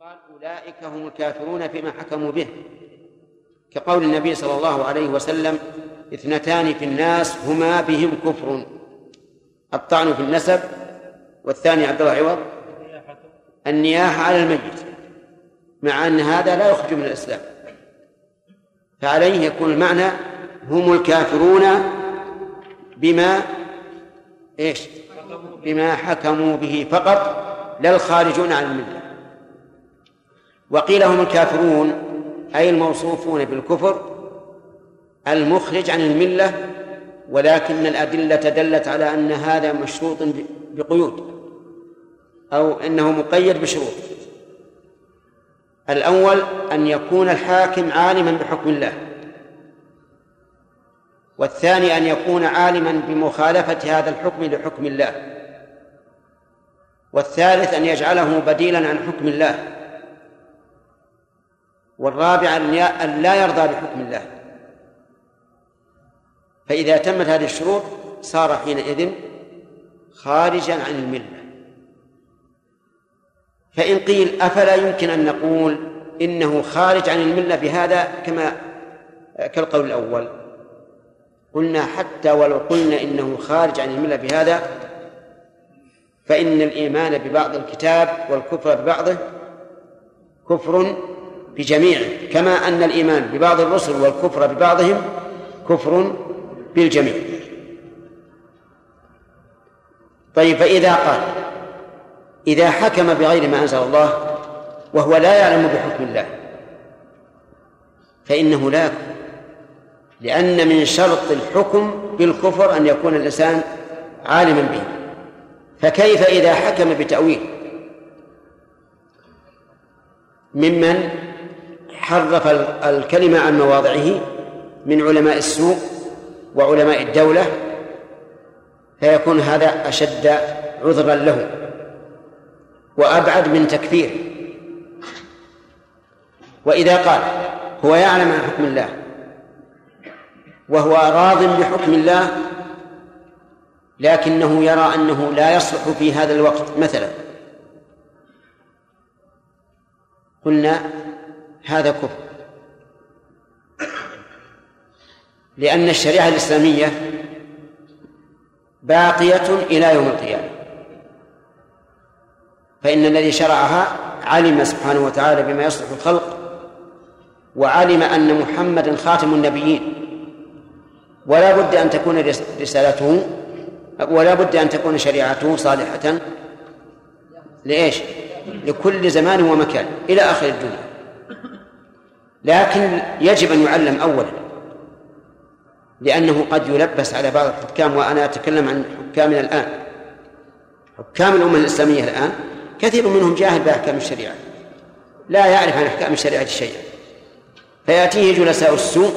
قال أولئك هم الكافرون فيما حكموا به، كقول النبي صلى الله عليه وسلم: اثنتان في الناس هما بهم كفر، الطعن في النسب، والثاني عبد الله عوض النياحة على الميت، مع أن هذا لا يخرج من الإسلام. فعليه يكون المعنى هم الكافرون بما حكموا به فقط، لا الخارجون عن الملة. وقيل هم الكافرون أي الموصوفون بالكفر المخرج عن الملة، ولكن الأدلة دلت على أن هذا مشروط بقيود، أو أنه مقيد بشروط. الأول أن يكون الحاكم عالما بحكم الله، والثاني أن يكون عالما بمخالفة هذا الحكم لحكم الله، والثالث أن يجعله بديلا عن حكم الله، والرابع أن لا يرضى بحكم الله. فإذا تمت هذه الشروط صار حينئذ خارجا عن الملة. فإن قيل أفلا يمكن أن نقول إنه خارج عن الملة بهذا كالقول الأول؟ قلنا حتى ولو قلنا إنه خارج عن الملة بهذا، فإن الإيمان ببعض الكتاب والكفر ببعضه كفر بجميعه، كما أن الإيمان ببعض الرسل والكفر ببعضهم كفر بالجميع. طيب، فإذا قال إذا حكم بغير ما أنزل الله وهو لا يعلم بحكم الله فإنه لا يكفر، لأن من شرط الحكم بالكفر أن يكون الإنسان عالما به. فكيف إذا حكم بتأويل ممن حرف الكلمة عن مواضعه من علماء السوء وعلماء الدولة، فيكون هذا أشد عذرا له وأبعد من تكفير. وإذا قال هو يعلم عن حكم الله وهو راض بحكم الله، لكنه يرى أنه لا يصلح في هذا الوقت مثلا، قلنا هذا كفر، لأن الشريعة الإسلامية باقية إلى يوم القيامة، فإن الذي شرعها علم سبحانه وتعالى بما يصلح الخلق، وعلم أن محمدا خاتم النبيين، ولا بد أن تكون رسالته ولا بد أن تكون شريعته صالحة لإيش؟ لكل زمان ومكان إلى آخر الدنيا. لكن يجب أن يعلم أولا، لأنه قد يلبس على بعض الحكام، وأنا أتكلم عن حكامنا الآن، حكام الأمة الإسلامية الآن كثير منهم جاهل بأحكام الشريعة، لا يعرف عن أحكام الشريعة شيئا، فيأتيه جلساء السوء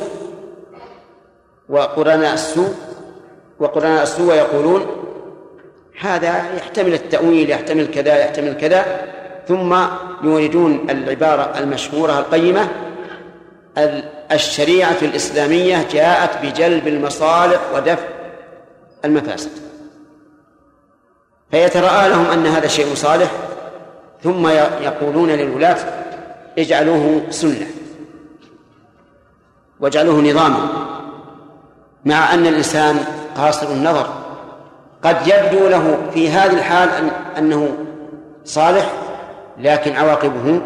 وقرناء السوء ويقولون هذا يحتمل التأويل، يحتمل كذا، يحتمل كذا، ثم يوردون العبارة المشهورة القيمة: الشريعة الإسلامية جاءت بجلب المصالح ودفع المفاسد. فيترأى لهم أن هذا شيء صالح، ثم يقولون للولاة اجعلوه سنة واجعلوه نظاما، مع أن الإنسان قاصر النظر، قد يبدو له في هذه الحال أنه صالح، لكن عواقبه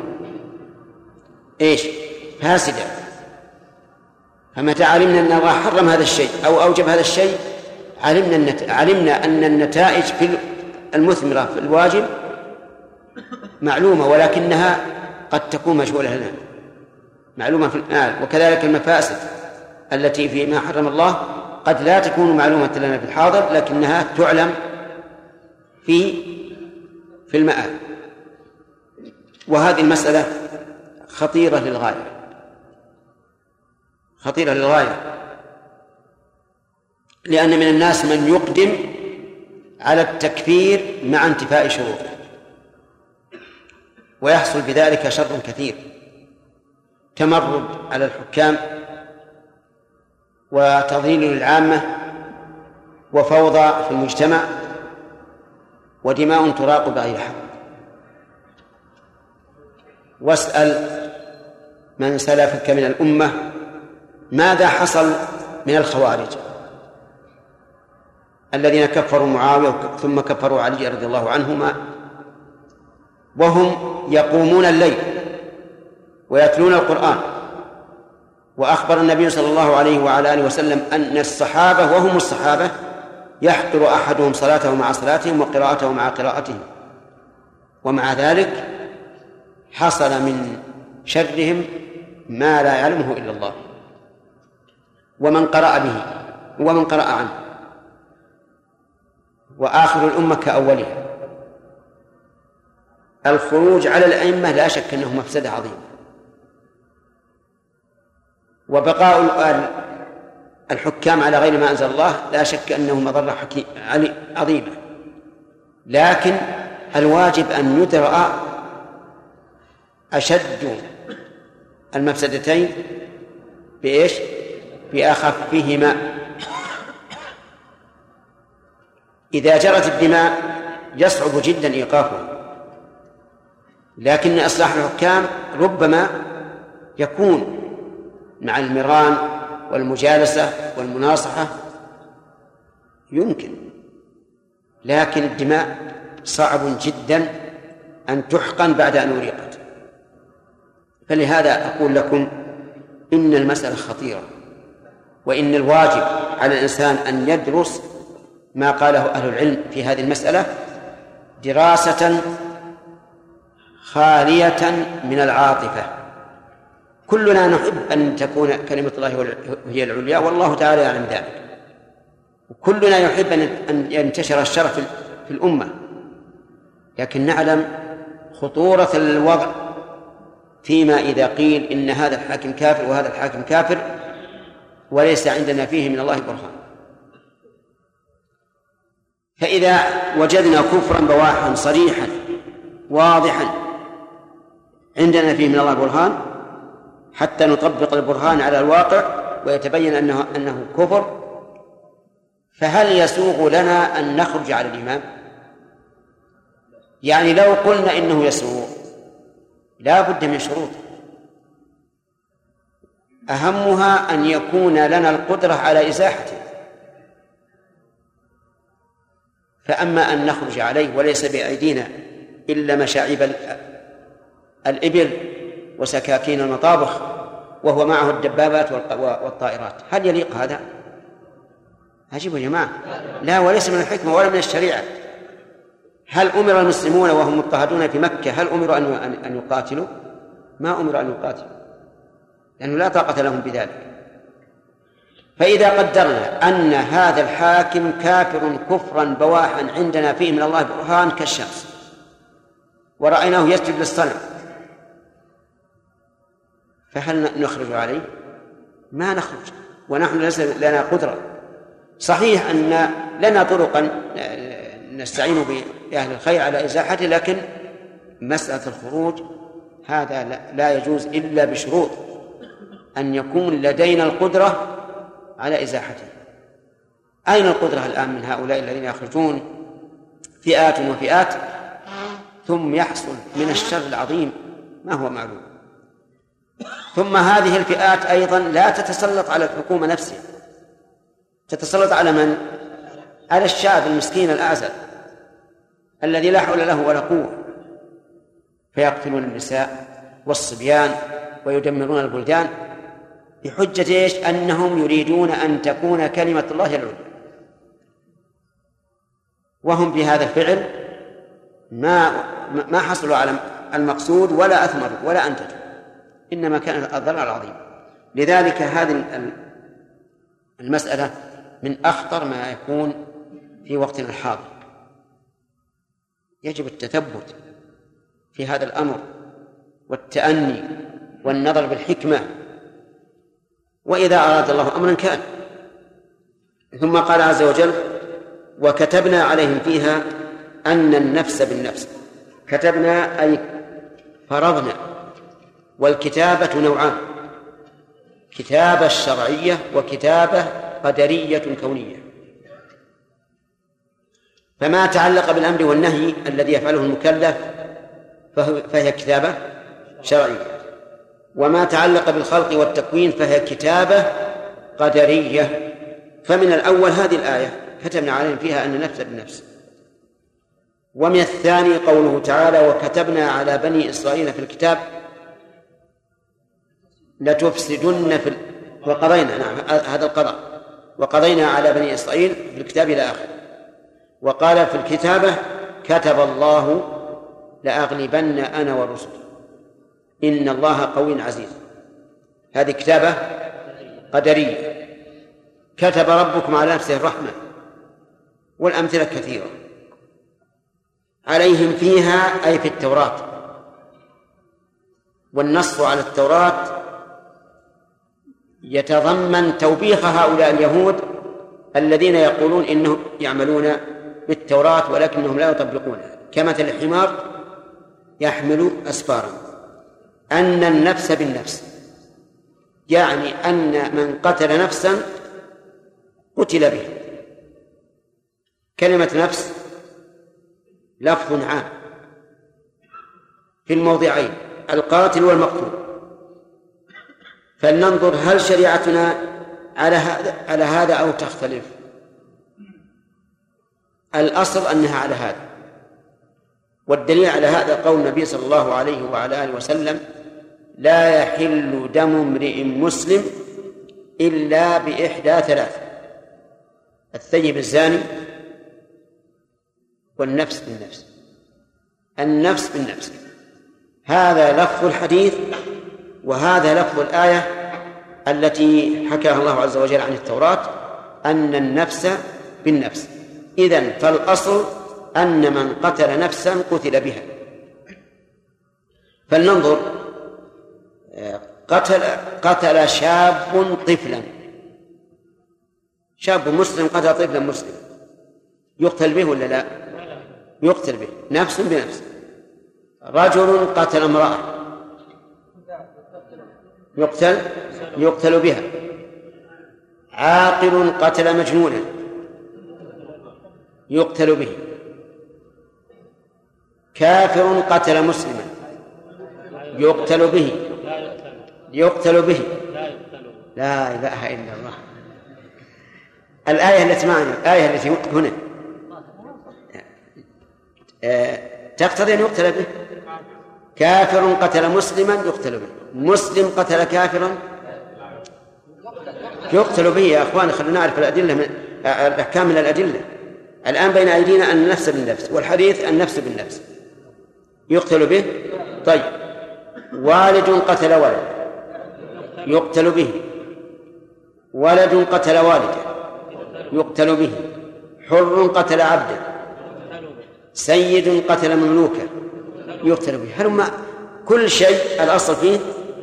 فاسدة. فمتى علمنا أن الله حرم هذا الشيء أو أوجب هذا الشيء علمنا أن النتائج في المثمرة في الواجب معلومة، ولكنها قد تكون مجهولة لنا، معلومة في الآن. وكذلك المفاسد التي فيما حرم الله قد لا تكون معلومة لنا في الحاضر، لكنها تعلم في المآل. وهذه المسألة خطيرة للغاية، لأن من الناس من يقدم على التكفير مع انتفاء شروطه، ويحصل بذلك شر كثير: تمرد على الحكام، وتضليل للعامة، وفوضى في المجتمع، ودماء تراق بغير حق. واسأل من سلفك من الأمة ماذا حصل من الخوارج الذين كفروا معاوية ثم كفروا علي رضي الله عنهما وهم يقومون الليل ويتلون القرآن. وأخبر النبي صلى الله عليه وعلى آله وسلم أن الصحابة وهم الصحابة يحقر أحدهم صلاته مع صلاتهم وقراءته مع قراءتهم، ومع ذلك حصل من شرهم ما لا يعلمه إلا الله ومن قرأ به ومن قرأ عنه. وآخر الأمة كأولها. الخروج على الأئمة لا شك أنه مفسدة عظيمة، وبقاء الحكام على غير ما أنزل الله لا شك أنه مضرة عظيمة، لكن الواجب أن يدرأ أشد المفسدتين بإيش؟ بأخفهما. إذا جرت الدماء يصعب جدا إيقافها، لكن إصلاح الحكام ربما يكون مع المران والمجالسة والمناصحة يمكن، لكن الدماء صعب جدا أن تحقن بعد أن أريقت. فلهذا أقول لكم إن المسألة خطيرة، وإن الواجب على الإنسان أن يدرس ما قاله أهل العلم في هذه المسألة دراسة خالية من العاطفة. كلنا نحب أن تكون كلمة الله هي العليا، والله تعالى يعلم ذلك، وكلنا يحب أن ينتشر الشر في الأمة، لكن نعلم خطورة الوضع فيما إذا قيل إن هذا الحاكم كافر وهذا الحاكم كافر وليس عندنا فيه من الله برهان. فإذا وجدنا كفرا بواحا صريحا واضحا عندنا فيه من الله برهان حتى نطبق البرهان على الواقع ويتبين أنه كفر، فهل يسوغ لنا أن نخرج على الإمام؟ يعني لو قلنا إنه يسوغ لا بد من شروط، أهمها أن يكون لنا القدرة على إزاحته. فأما أن نخرج عليه وليس بأيدينا إلا مشاعب الإبل وسكاكين المطابخ وهو معه الدبابات والطائرات، هل يليق هذا؟ عجيب يا جماعة، لا، وليس من الحكمة ولا من الشريعة. هل أمر المسلمون وهم مضطهدون في مكة هل أمروا أن يقاتلوا؟ ما أمروا أن يقاتلوا، لأنه لا طاقة لهم بذلك. فإذا قدرنا أن هذا الحاكم كافر كفرا بواحا عندنا فيه من الله برهان كالشمس ورأيناه يسجد للصنم، فهل نخرج عليه؟ ما نخرج، ونحن ليس لنا قدرة. صحيح أن لنا طرقا نستعين بأهل الخير على إزاحته، لكن مسألة الخروج هذا لا يجوز إلا بشروط، أن يكون لدينا القدرة على إزاحته. أين القدرة الآن من هؤلاء الذين يخرجون فئات وفئات ثم يحصل من الشر العظيم ما هو معلوم؟ ثم هذه الفئات أيضا لا تتسلط على الحكومة نفسها، تتسلط على من؟ على الشعب المسكين الأعزل الذي لا حول له ولا قوة، فيقتلون النساء والصبيان ويدمرون البلدان بحجة إيش؟ أنهم يريدون أن تكون كلمة الله العليا، وهم بهذا الفعل ما حصلوا على المقصود ولا أثمروا ولا أنتجوا، إنما كان الضرر العظيم. لذلك هذه المسألة من أخطر ما يكون في وقتنا الحاضر. يجب التثبت في هذا الأمر والتأني والنظر بالحكمة، وإذا أراد الله أمرا كان. ثم قال عز وجل: وكتبنا عليهم فيها أن النفس بالنفس. كتبنا أي فرضنا، والكتابة نوعان: كتابة شرعية وكتابة قدرية كونية. فما تعلق بالأمر والنهي الذي يفعله المكلف فهي كتابة شرعية. وما تعلق بالخلق والتكوين فهي كتابة قدرية. فمن الأول هذه الآية كتبنا عليهم فيها أن النفس بالنفس. ومن الثاني قوله تعالى وكتبنا على بني إسرائيل في الكتاب لتفسدن وقضينا، نعم هذا القضاء، وقضينا على بني إسرائيل في الكتاب إلى آخر. وقال في الكتابة كتب الله لأغلبن أنا والرسل إن الله قوي عزيز. هذه كتابة قدرية. كتب ربكم على نفسه الرحمة، والأمثلة كثيرة عليهم فيها أي في التوراة. والنص على التوراة يتضمن توبيخ هؤلاء اليهود الذين يقولون إنهم يعملون بالتوراة ولكنهم لا يطبقونها، كمثل الحمار يحمل أسفارا. أن النفس بالنفس يعني أن من قتل نفسا قتل به. كلمة نفس لفظ عام في الموضعين، القاتل والمقتول. فلننظر هل شريعتنا على هذا أو تختلف. الأصل أنها على هذا، والدليل على هذا قول النبي صلى الله عليه وعلى آله وسلم لا يحل دم امرئ مسلم إلا بإحدى ثلاث: الثيب الزاني، والنفس بالنفس. النفس بالنفس هذا لفظ الحديث، وهذا لفظ الآية التي حكاها الله عز وجل عن التوراة أن النفس بالنفس. إذن فالأصل أن من قتل نفسا قتل بها. فلننظر، قتل شاب طفلا، شاب مسلم قتل طفلا مسلم، يقتل به ولا لا؟ يقتل به، نفس بنفس. رجل قتل امرأة يقتل بها. عاقل قتل مجنونا يقتل به. كافر قتل مسلما يقتل به. لا إله إلا الله. الآية التي معنا، الآية التي هنا تقتضي أن يقتل به. كافر قتل مسلما يقتل به، مسلم قتل كافرا يقتل به. يا أخوان خلونا نعرف الأدلة الأحكام من الأدلة. الآن بين أيدينا أن النفس بالنفس، والحديث النفس بالنفس يقتل به. طيب، والد قتل ولد يقتل به، ولد قتل والدا يقتل به، حر قتل عبدا، سيد قتل مملوكا يقتل به. هل كل شيء الأصل فيه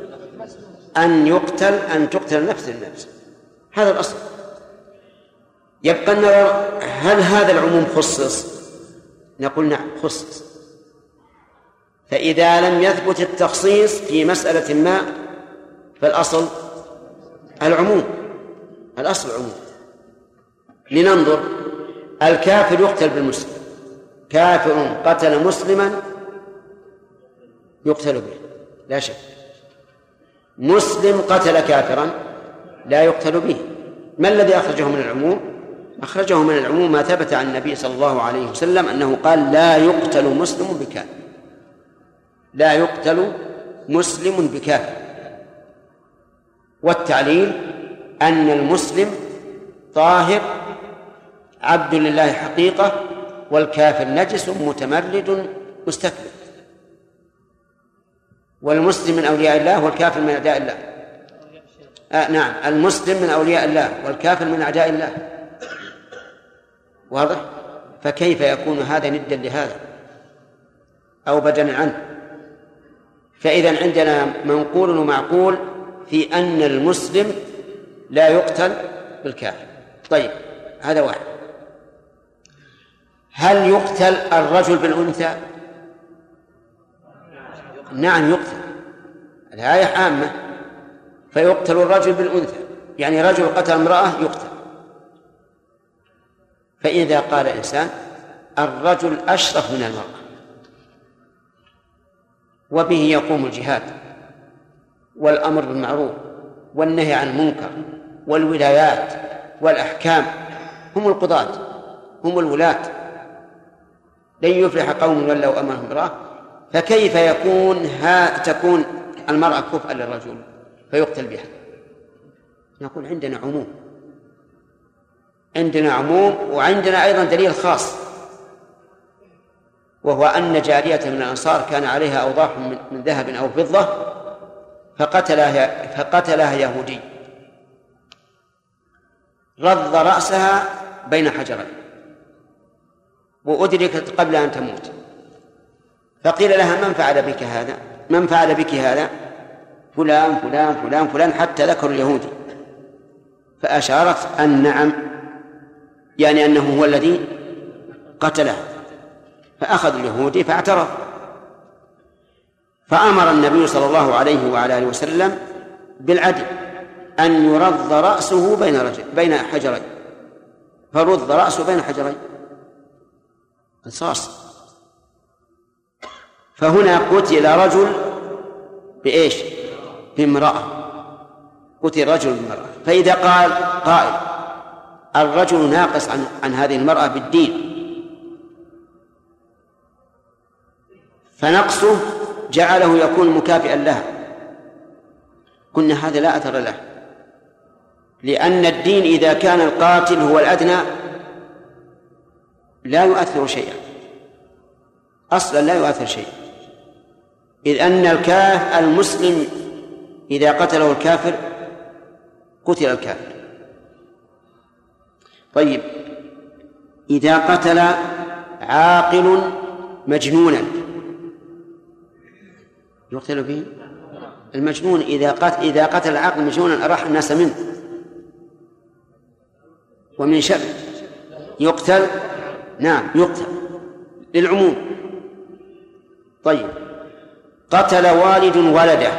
أن تقتل نفس النفس، هذا الأصل. يبقى النظر هل هذا العموم خصص؟ نقول نعم خصص. فإذا لم يثبت التخصيص في مسألة ما فالأصل العموم، الأصل العموم. لننظر، الكافر يقتل بالمسلم، كافر قتل مسلما يقتل به لا شك. مسلم قتل كافرا لا يقتل به. ما الذي أخرجه من العموم؟ أخرجه من العموم ما ثبت عن النبي صلى الله عليه وسلم أنه قال لا يقتل مسلم بكافر، لا يقتل مسلم بكافر. والتعليل أن المسلم طاهر عبد لله حقيقة، والكافر نجس متمرد مستكبر. والمسلم من أولياء الله والكافر من أعداء الله. نعم، المسلم من أولياء الله والكافر من أعداء الله. واضح؟ فكيف يكون هذا ندا لهذا أو بدلا عنه؟ فإذا عندنا منقول ومعقول في أن المسلم لا يقتل بالكافر. طيب، هذا واحد. هل يقتل الرجل بالأنثى؟ نعم يقتل، الآية عامة، فيقتل الرجل بالأنثى، يعني رجل قتل امرأة يقتل. فإذا قال إنسان الرجل أشرف من المرأة، وبه يقوم الجهاد والأمر بالمعروف والنهي عن المنكر والولايات والأحكام. هم القضاة، هم الولاة. لن يفلح قوم ولوا أمرهم امرأة، فكيف تكون المرأة كفءا للرجل فيقتل بها؟ نقول عندنا عموم وعندنا أيضا دليل خاص، وهو أن جارية من الأنصار كان عليها أوضاح من ذهب أو فضة فقتلها يهودي، رض رأسها بين حجرين وأدركت قبل أن تموت، فقيل لها من فعل بك هذا؟ فلان فلان فلان فلان، حتى ذكر اليهودي، فأشارت أن نعم، يعني أنه هو الذي قتله. فأخذ اليهودي فاعترف، فأمر النبي صلى الله عليه وعلى آله وسلم بالعدل، أن يرض رأسه بين حجرين، فرض رأسه بين حجرين قصاص. فهنا قتل رجل بإيش؟ بامرأة، قتل رجل بامرأة. فإذا قال قائل الرجل ناقص عن هذه المرأة بالدين، فنقصه جعله يكون مكافئا لها، قلنا هذا لا أثر له، لأن الدين إذا كان القاتل هو الأدنى لا يؤثر شيئا، أصلا لا يؤثر شيئا، إذ أن المسلم إذا قتله الكافر قتل الكافر. طيب، إذا قتل عاقل مجنونا يقتل به؟ المجنون إذا قتل العاقل مجنونا أراح الناس منه ومن شر يقتل، نعم يقتل للعموم. طيب، قتل والد ولده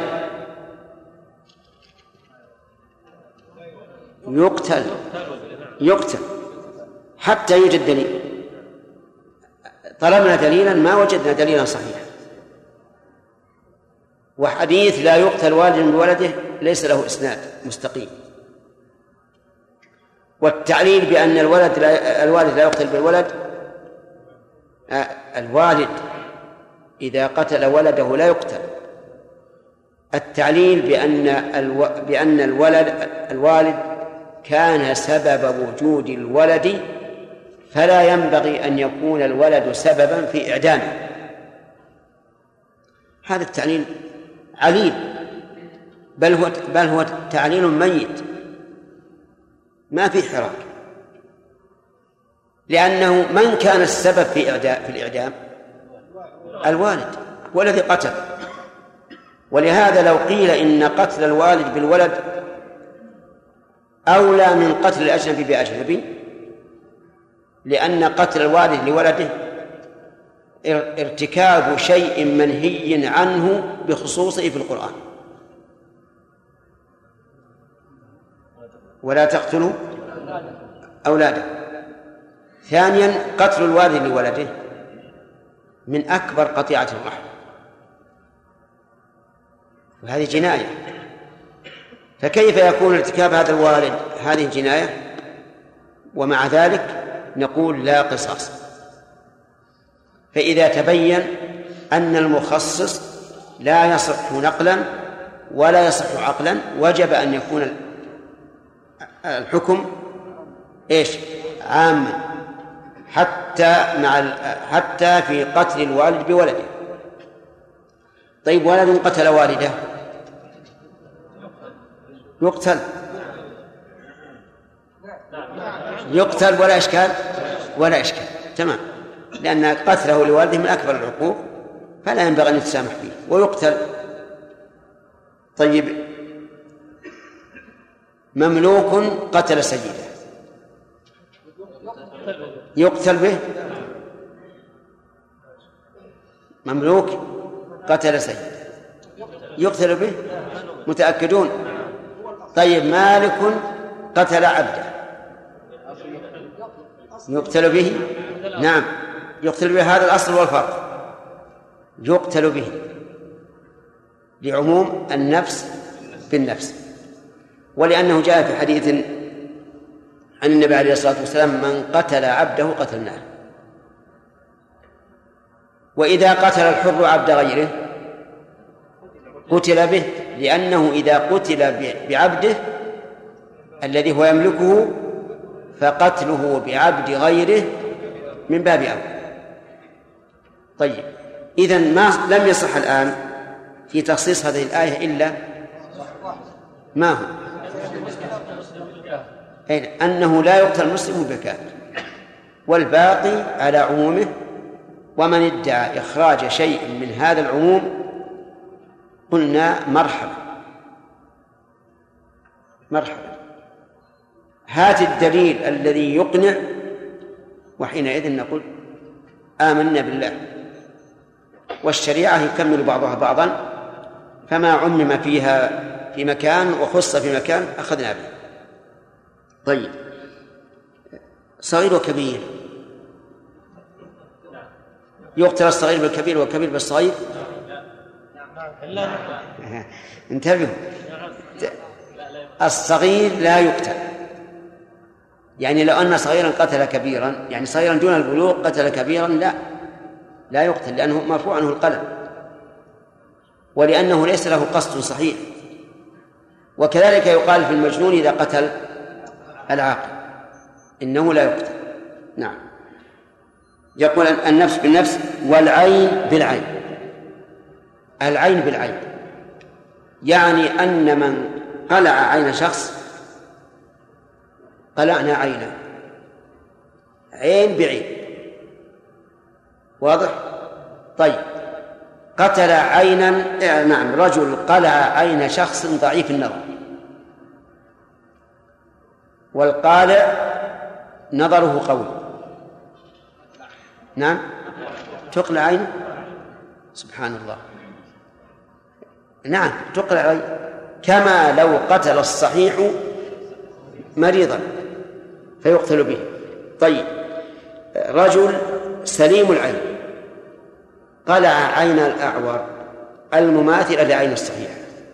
يقتل حتى يوجد دليل. طلبنا دليلا ما وجدنا دليلا صحيحا، وحديث لا يقتل والد بولده ليس له إسناد مستقيم. والتعليل بأن الوالد لا يقتل بالولد، الوالد إذا قتل ولده لا يقتل. التعليل بأن الوالد كان سبب وجود الولد، فلا ينبغي أن يكون الولد سببا في إعدامه. هذا التعليل عليل، بل هو تعليل ميت ما في حراك، لأنه من كان السبب في الإعدام؟ الوالد هو الذي قتل. ولهذا لو قيل إن قتل الوالد بالولد أولى من قتل الأجنبي بأجنبي، لأن قتل الوالد لولده ارتكاب شيء منهي عنه بخصوصه في القرآن، ولا تقتلوا أولاده. ثانيا، قتل الوالد لولده من أكبر قطيعة الرحم، وهذه جناية. فكيف يكون ارتكاب هذا الوالد هذه جناية ومع ذلك نقول لا قصاص؟ فإذا تبين أن المخصص لا يصح نقلا ولا يصح عقلا وجب أن يكون الحكم إيش؟ عاما، حتى في قتل الوالد بولده. طيب، ولد قتل والده يقتل ولا إشكال تمام، لأن قتله لوالده من أكبر العقوق فلا ينبغي أن يتسامح فيه ويقتل. طيب، مملوك قتل سيده يقتل به؟ مملوك قتل سيده يقتل به؟ متأكدون؟ طيب، مالك قتل عبده يقتل به؟ نعم يقتل به، هذا الأصل والفرق، يقتل به. لعموم النفس بالنفس، ولأنه جاء في حديث عن النبي عليه الصلاة والسلام: من قتل عبده قتلناه. وإذا قتل الحر عبد غيره قتل به، لأنه إذا قتل بعبده الذي هو يملكه فقتله بعبد غيره من باب أولى. طيب، إذن ما لم يصح الآن في تخصيص هذه الآية إلا ما هو أنه لا يقتل المسلم بالكافر، والباقي على عمومه. ومن ادعى إخراج شيء من هذا العموم قلنا مرحبا مرحبا، هات الدليل الذي يقنع، وحينئذ نقول آمنا بالله. والشريعة يكمل بعضها بعضا، فما عمم فيها في مكان وخص في مكان أخذنا به. طيب، صغير وكبير، يقتل الصغير بالكبير والكبير بالصغير؟ انتبهوا، الصغير لا يقتل، يعني لو أن صغيرا قتل كبيرا، يعني صغيرا دون البلوغ قتل كبيرا، لا يقتل، لأنه مرفوع عنه القلم، ولأنه ليس له قصد صحيح. وكذلك يقال في المجنون إذا قتل العاقل إنه لا يقتل. نعم. يقول النفس بالنفس والعين بالعين. العين بالعين يعني أن من قلع عين شخص قلعنا عينه، عين بعين، واضح؟ طيب، قتل عينا، نعم، رجل قلع عين شخص ضعيف النظر، والقالع نظره قوي، نعم، تقلع عينه، سبحان الله، نعم تقلع عينه، كما لو قتل الصحيح مريضا فيقتل به. طيب، رجل سليم العين قلع عين الأعور المماثلة لعين الصحيح،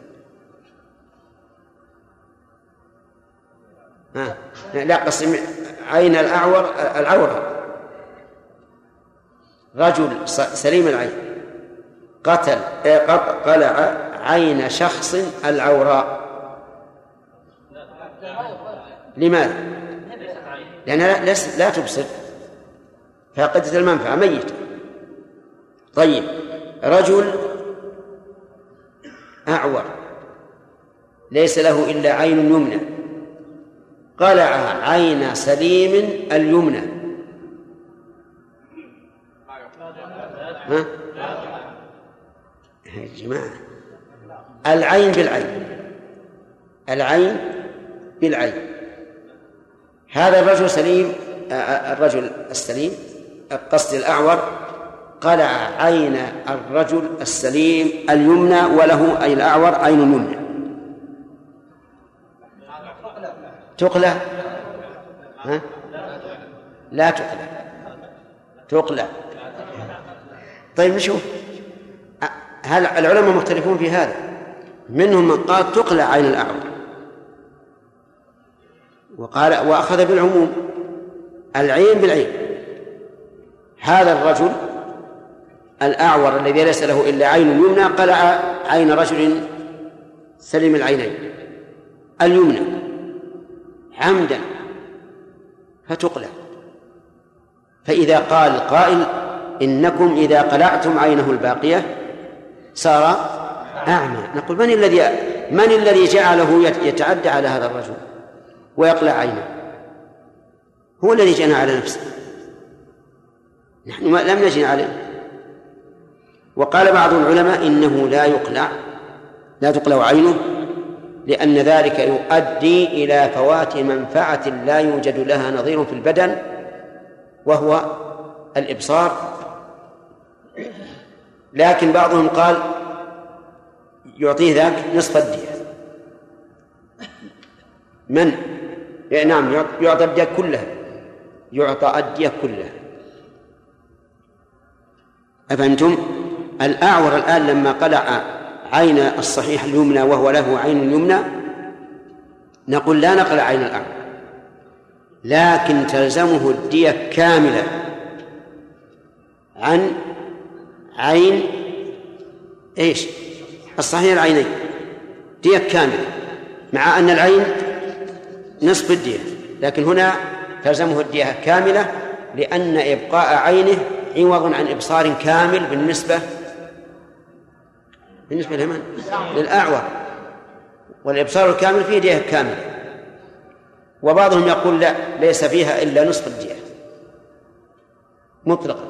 لا قسم عين الأعور العورة. رجل سليم العين قلع عين شخص العوراء، لماذا؟ لأنها لا تبصر، فاقدة المنفعة، ميت. طيب، رجل أعور ليس له إلا عين يمنى قلع عين سليم اليمنى، يا جماعة، العين بالعين، العين بالعين. هذا الرجل سليم، الرجل السليم قصد الأعور قلع عين الرجل السليم اليمنى، وله أي الأعور عين يمنى، تقلع؟ لا تقلع. طيب نشوف، هل العلماء مختلفون في هذا؟ منهم من قال تقلع عين الأعور، وقال وأخذ بالعموم، العين بالعين. هذا الرجل الأعور الذي ليس له إلا عين يمنى قلع عين رجل سليم العينين اليمنى عمدا فتقلع. فإذا قال قائل إنكم إذا قلعتم عينه الباقية صار أعمى، نقول من الذي جعله يتعدى على هذا الرجل ويقلع عينه؟ هو الذي جنى على نفسه، نحن لم نجن عليه. وقال بعض العلماء إنه لا تقلع عينه، لأن ذلك يؤدي إلى فوات منفعة لا يوجد لها نظير في البدن، وهو الإبصار. لكن بعضهم قال يعطيه ذاك نصف الدية. نعم، يعطى الدية كلها، يعطى الدية كلها. أفهمتم؟ الأعور الآن لما قلع عين الصحيح اليمنى وهو له عين يمنى نقول لا نقل عين الأعمى، لكن تلزمه الدية كاملة عن عين ايش؟ الصحيح العينين، دية كاملة، مع أن العين نصف الدية، لكن هنا تلزمه الدية كاملة لأن إبقاء عينه عوض عن إبصار كامل بالنسبة لمن؟ للأعور، والإبصار الكامل فيه دية كاملة. وبعضهم يقول لا، ليس فيها إلا نصف الدية مطلقا.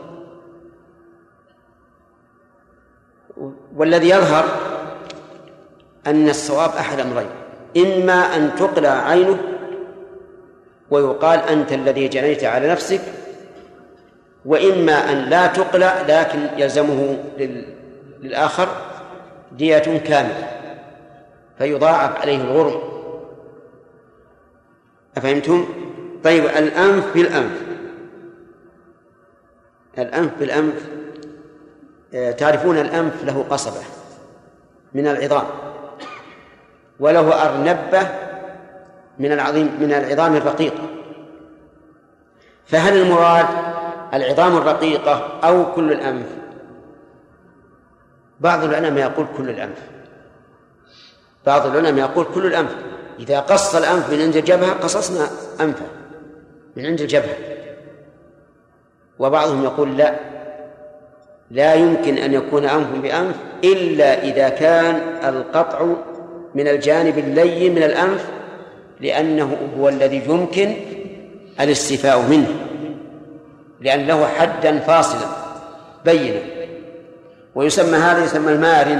والذي يظهر أن الصواب أحد أمرين: إما أن تقلع عينه ويقال أنت الذي جنيت على نفسك، وإما أن لا تقلع لكن يلزمه للآخر دية كاملة فيضاعف عليه الغرم. أفهمتم؟ طيب الأنف بالأنف، الأنف بالأنف، تعرفون الأنف له قصبة من العظام وله أرنبة من العظام الرقيقة، فهل المراد العظام الرقيقة أو كل الأنف؟ بعض العلماء يقول كل الأنف، بعض العلماء يقول كل الأنف. إذا قص الأنف من عند الجبهة قصصنا أنفه من عند الجبهة. وبعضهم يقول لا يمكن أن يكون أنف بأنف إلا إذا كان القطع من الجانب اللين من الأنف، لأنه هو الذي يمكن الاستيفاء منه، لأن له حدا فاصلا بينا. ويسمى هذا يسمى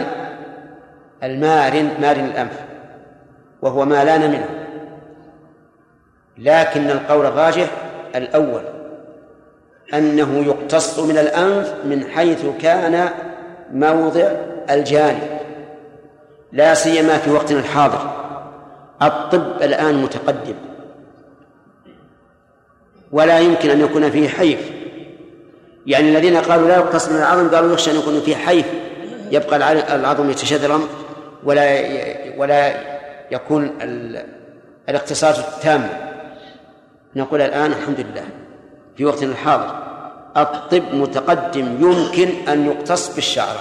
المارن الأنف، وهو ما لان منه. لكن القول الراجح الأول، أنه يقتص من الأنف من حيث كان موضع الجانب، لا سيما في وقتنا الحاضر. الطب الآن متقدم ولا يمكن أن يكون فيه حيف، يعني الذين قالوا لا يقتص من العظم قالوا يخشى أن يكون فيه حيف يبقى العظم يتشذرم ولا يكون الاقتصاص التام. نقول الآن الحمد لله في وقتنا الحاضر الطب متقدم، يمكن أن يقتص بالشعر،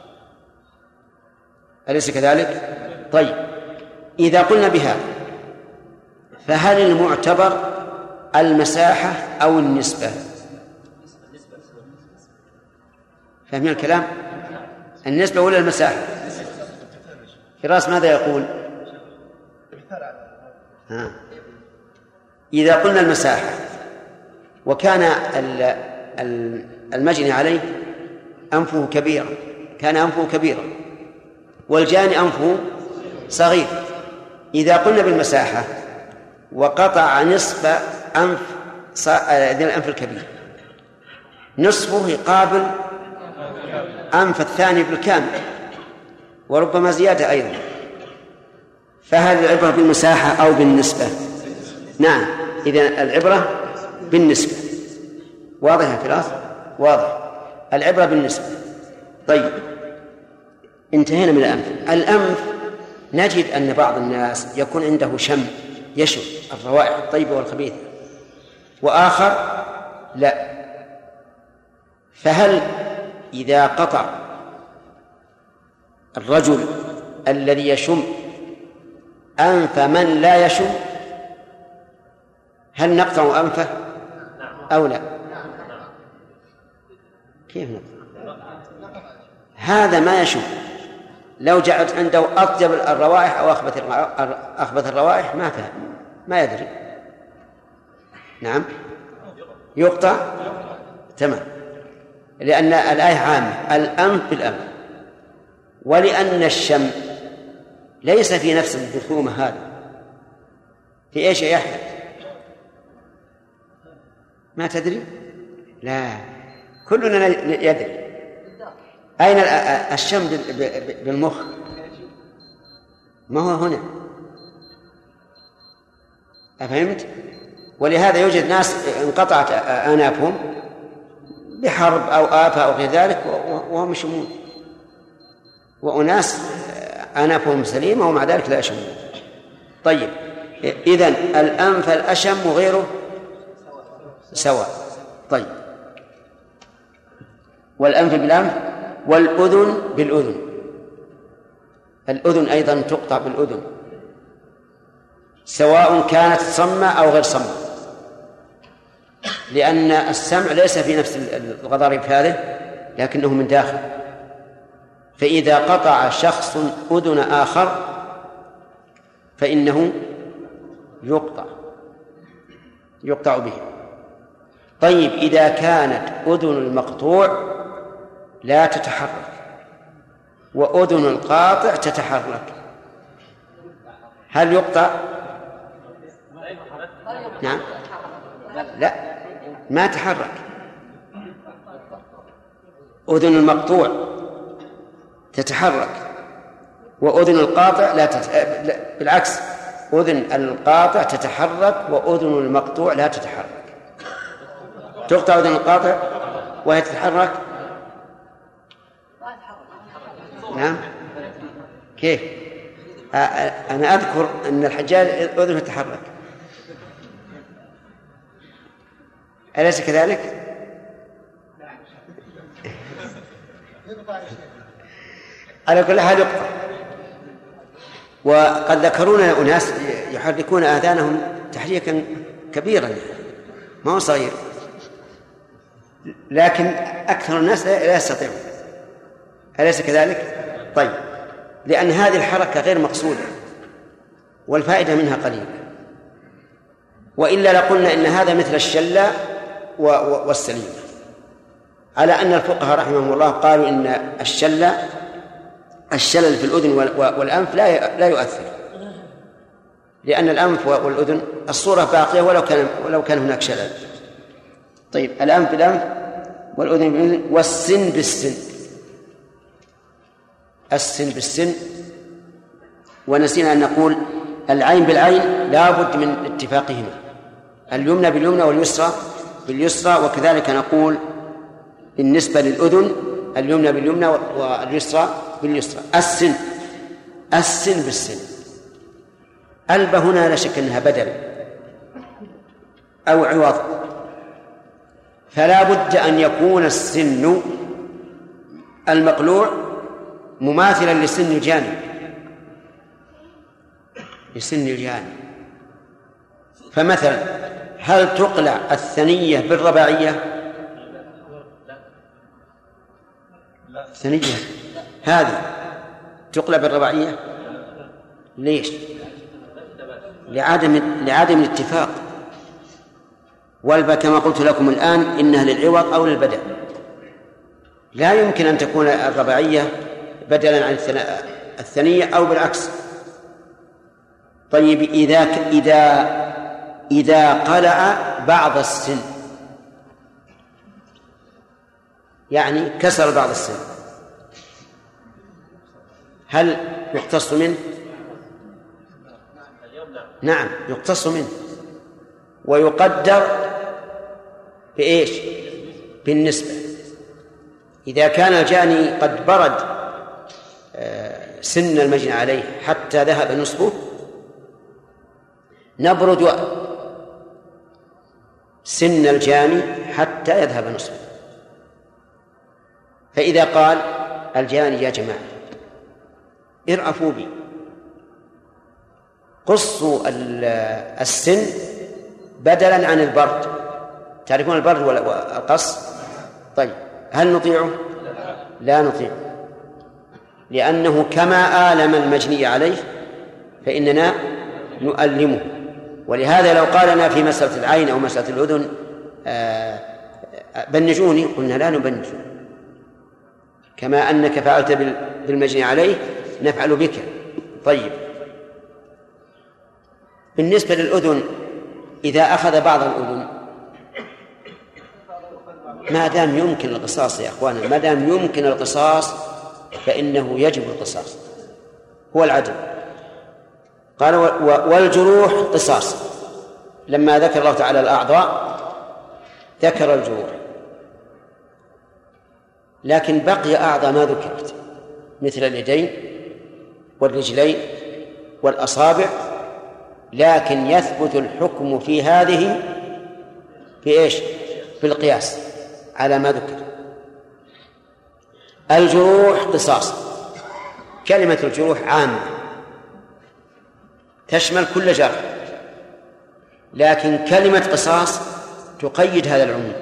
أليس كذلك؟ طيب إذا قلنا بهذا فهل المعتبر المساحة أو النسبة؟ فاهمين الكلام؟ النسبة ولا المساحة؟ فراس ماذا يقول؟ إذا قلنا المساحة وكان المجني عليه أنفه كبيرا، كان أنفه كبيرا والجاني أنفه صغير، إذا قلنا بالمساحة وقطع نصف أنف ذي الأنف الكبير، نصفه يقابل أنف الثاني بالكامل وربما زيادة أيضا، فهل العبرة بالمساحة أو بالنسبة؟ نعم، إذن العبرة بالنسبة. واضح يا فراس؟ واضح، العبرة بالنسبة. طيب انتهينا من الأنف نجد أن بعض الناس يكون عنده شم يشم الروائح الطيبة والخبيثة، وآخر لا، فهل إذا قطع الرجل الذي يشم أنف من لا يشم هل نقطع أنفه أو لا؟ كيف نقطع؟ هذا ما يشم، لو جعلت عنده أطيب الروائح أو أخبث الروائح ما يدري. نعم يقطع، تمام، لأن الآية عامة الأنف بالأنف، ولأن الشم ليس في نفس الجرثومة هذا. في إيش يا أحمد؟ ما تدري؟ لا، كلنا يدري. أين الشم بالمخ؟ ما هو هنا، أفهمت؟ ولهذا يوجد ناس انقطعت آنافهم بحرب أو آفة أو غير ذلك وهم يشمون، وأناس أنفهم سليمة ومع ذلك لا يشمون. طيب، إذن الأنف الأشم وغيره سواء. طيب، والأنف بالأنف والأذن بالأذن. الأذن أيضا تقطع بالأذن سواء كانت صمة أو غير صمة، لأن السمع ليس في نفس الغضاريف هذه لكنه من داخل. فإذا قطع شخص أذن آخر فإنه يقطع به. طيب، إذا كانت أذن المقطوع لا تتحرك وأذن القاطع تتحرك، هل يقطع؟ نعم، لا، ما تحرك. أذن المقطوع تتحرك وأذن القاطع لا بالعكس، أذن القاطع تتحرك وأذن المقطوع لا تتحرك. تقطع أذن القاطع وهي تتحرك. نعم، كيف؟ أنا أذكر أن الحجاج أذنه تتحرك، أليس كذلك؟ على كل حال يقطع. وقد ذكرونا أناس يحركون آذانهم تحريكا كبيرا، ما هو صغير، لكن أكثر الناس لا يستطيعون، أليس كذلك؟ طيب، لأن هذه الحركة غير مقصودة والفائدة منها قليلة، وإلا لقلنا إن هذا مثل الشلة والسليم، على أن الفقهاء رحمهم الله قالوا إن الشلل في الأذن والأنف لا يؤثر، لأن الأنف والأذن الصورة باقية ولو كان هناك شلل. طيب، الأنف بالأنف والأذن بالأذن والسن بالسن. السن بالسن، ونسينا أن نقول العين بالعين لا بد من اتفاقهما، اليمنى باليمنى واليسرى باليسرى، وكذلك نقول بالنسبة للأذن اليمنى باليمنى واليسرى باليسرى. السن بالسن. البة هنا لا شك أنها بدل أو عوض، فلا بد أن يكون السن المقلوع مماثلا لسن الجانب، فمثلا هل تقلع الثنية بالرباعية؟ الثنية هذه تقلع بالرباعية، ليش؟ لعدم الاتفاق. والبا كما قلت لكم الآن إنها للعوض أو للبدل، لا يمكن أن تكون الرباعية بدلا عن الثنية أو بالعكس. طيب، إذا قلع بعض السن، يعني كسر بعض السن، هل يقتص منه؟ نعم، يقتص منه ويقدر بإيش؟ بالنسبة. إذا كان الجاني قد برد سن المجني عليه حتى ذهب نصفه، نبرد سن الجاني حتى يذهب نصفه. فإذا قال الجاني يا جماعة ارأفوا بي، قصوا السن بدلا عن البرد. تعرفون البرد والقص؟ طيب، هل نطيعه؟ لا نطيعه، لأنه كما آلم المجني عليه فإننا نؤلمه. ولهذا لو قالنا في مسألة العين أو مسألة الأذن بنجوني، قلنا لا نبنج، كما أنك فعلت بالمجني عليه نفعل بك. طيب، بالنسبة للأذن، إذا أخذ بعض الأذن ما دام يمكن القصاص يا أخوانا، ما دام يمكن القصاص فإنه يجب القصاص، هو العدل. قال والجروح قصاص. لما ذكر الله تعالى الأعضاء ذكر الجروح، لكن بقي أعضاء ما ذكرت مثل اليدين والرجلين والأصابع، لكن يثبت الحكم في هذه في إيش؟ في القياس على ما ذكر. الجروح قصاص. كلمة الجروح عامة تشمل كل جرح، لكن كلمة قصاص تقيد هذا العموم،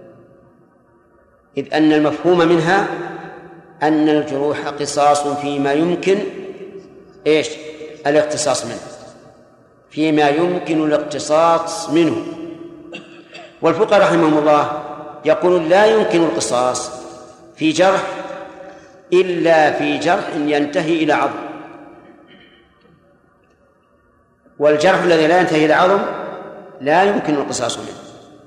إذ أن المفهوم منها أن الجروح قصاص فيما يمكن إيش؟ الاقتصاص منه، فيما يمكن الاقتصاص منه. والفقهاء رحمهم الله يقولون لا يمكن القصاص في جرح إلا في جرح ينتهي إلى عظم، والجرح الذي لا ينتهي إلى عظم لا يمكن القصاص منه.